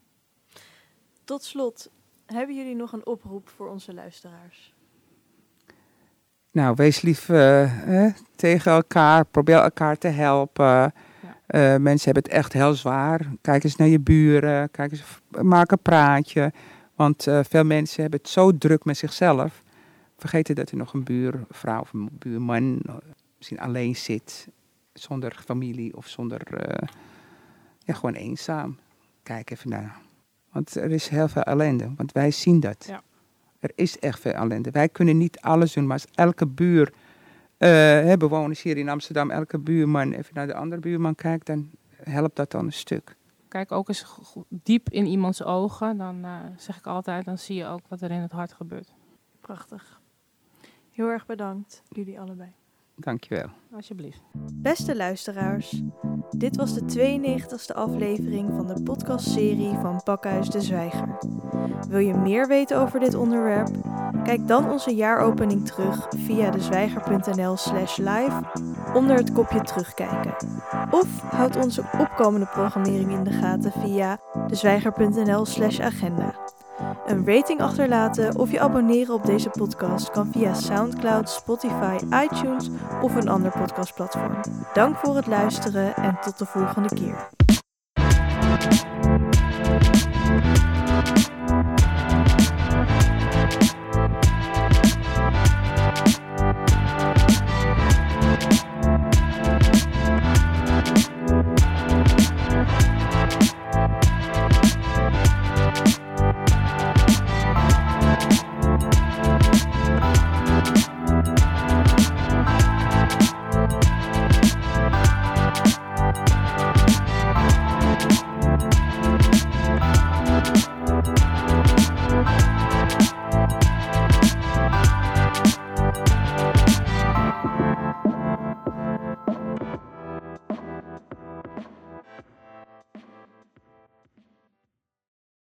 [SPEAKER 1] Tot slot, hebben jullie nog een oproep voor onze luisteraars?
[SPEAKER 2] Nou, wees lief uh, eh, tegen elkaar. Probeer elkaar te helpen. Ja. Uh, mensen hebben het echt heel zwaar. Kijk eens naar je buren. Kijk eens, maak een praatje. Want uh, veel mensen hebben het zo druk met zichzelf. Vergeten dat er nog een buurvrouw of een buurman uh, misschien alleen zit. Zonder familie of zonder... Uh, ja, gewoon eenzaam. Kijk even naar. Want er is heel veel ellende. Want wij zien dat.
[SPEAKER 3] Ja.
[SPEAKER 2] Er is echt veel ellende. Wij kunnen niet alles doen. Maar als elke buur... Uh, hè, bewoners hier in Amsterdam, elke buurman even naar de andere buurman kijkt, dan helpt dat dan een stuk.
[SPEAKER 3] Kijk ook eens diep in iemands ogen, dan uh, zeg ik altijd, dan zie je ook wat er in het hart gebeurt.
[SPEAKER 1] Prachtig. Heel erg bedankt, jullie allebei.
[SPEAKER 2] Dankjewel.
[SPEAKER 3] Alsjeblieft.
[SPEAKER 1] Beste luisteraars, dit was de tweeënnegentigste aflevering van de podcastserie van Pakhuis de Zwijger. Wil je meer weten over dit onderwerp? Kijk dan onze jaaropening terug via dezwijger.nl slash live onder het kopje terugkijken. Of houd onze opkomende programmering in de gaten via dezwijger.nl slash agenda. Een rating achterlaten of je abonneren op deze podcast kan via SoundCloud, Spotify, iTunes of een ander podcastplatform. Dank voor het luisteren en tot de volgende keer.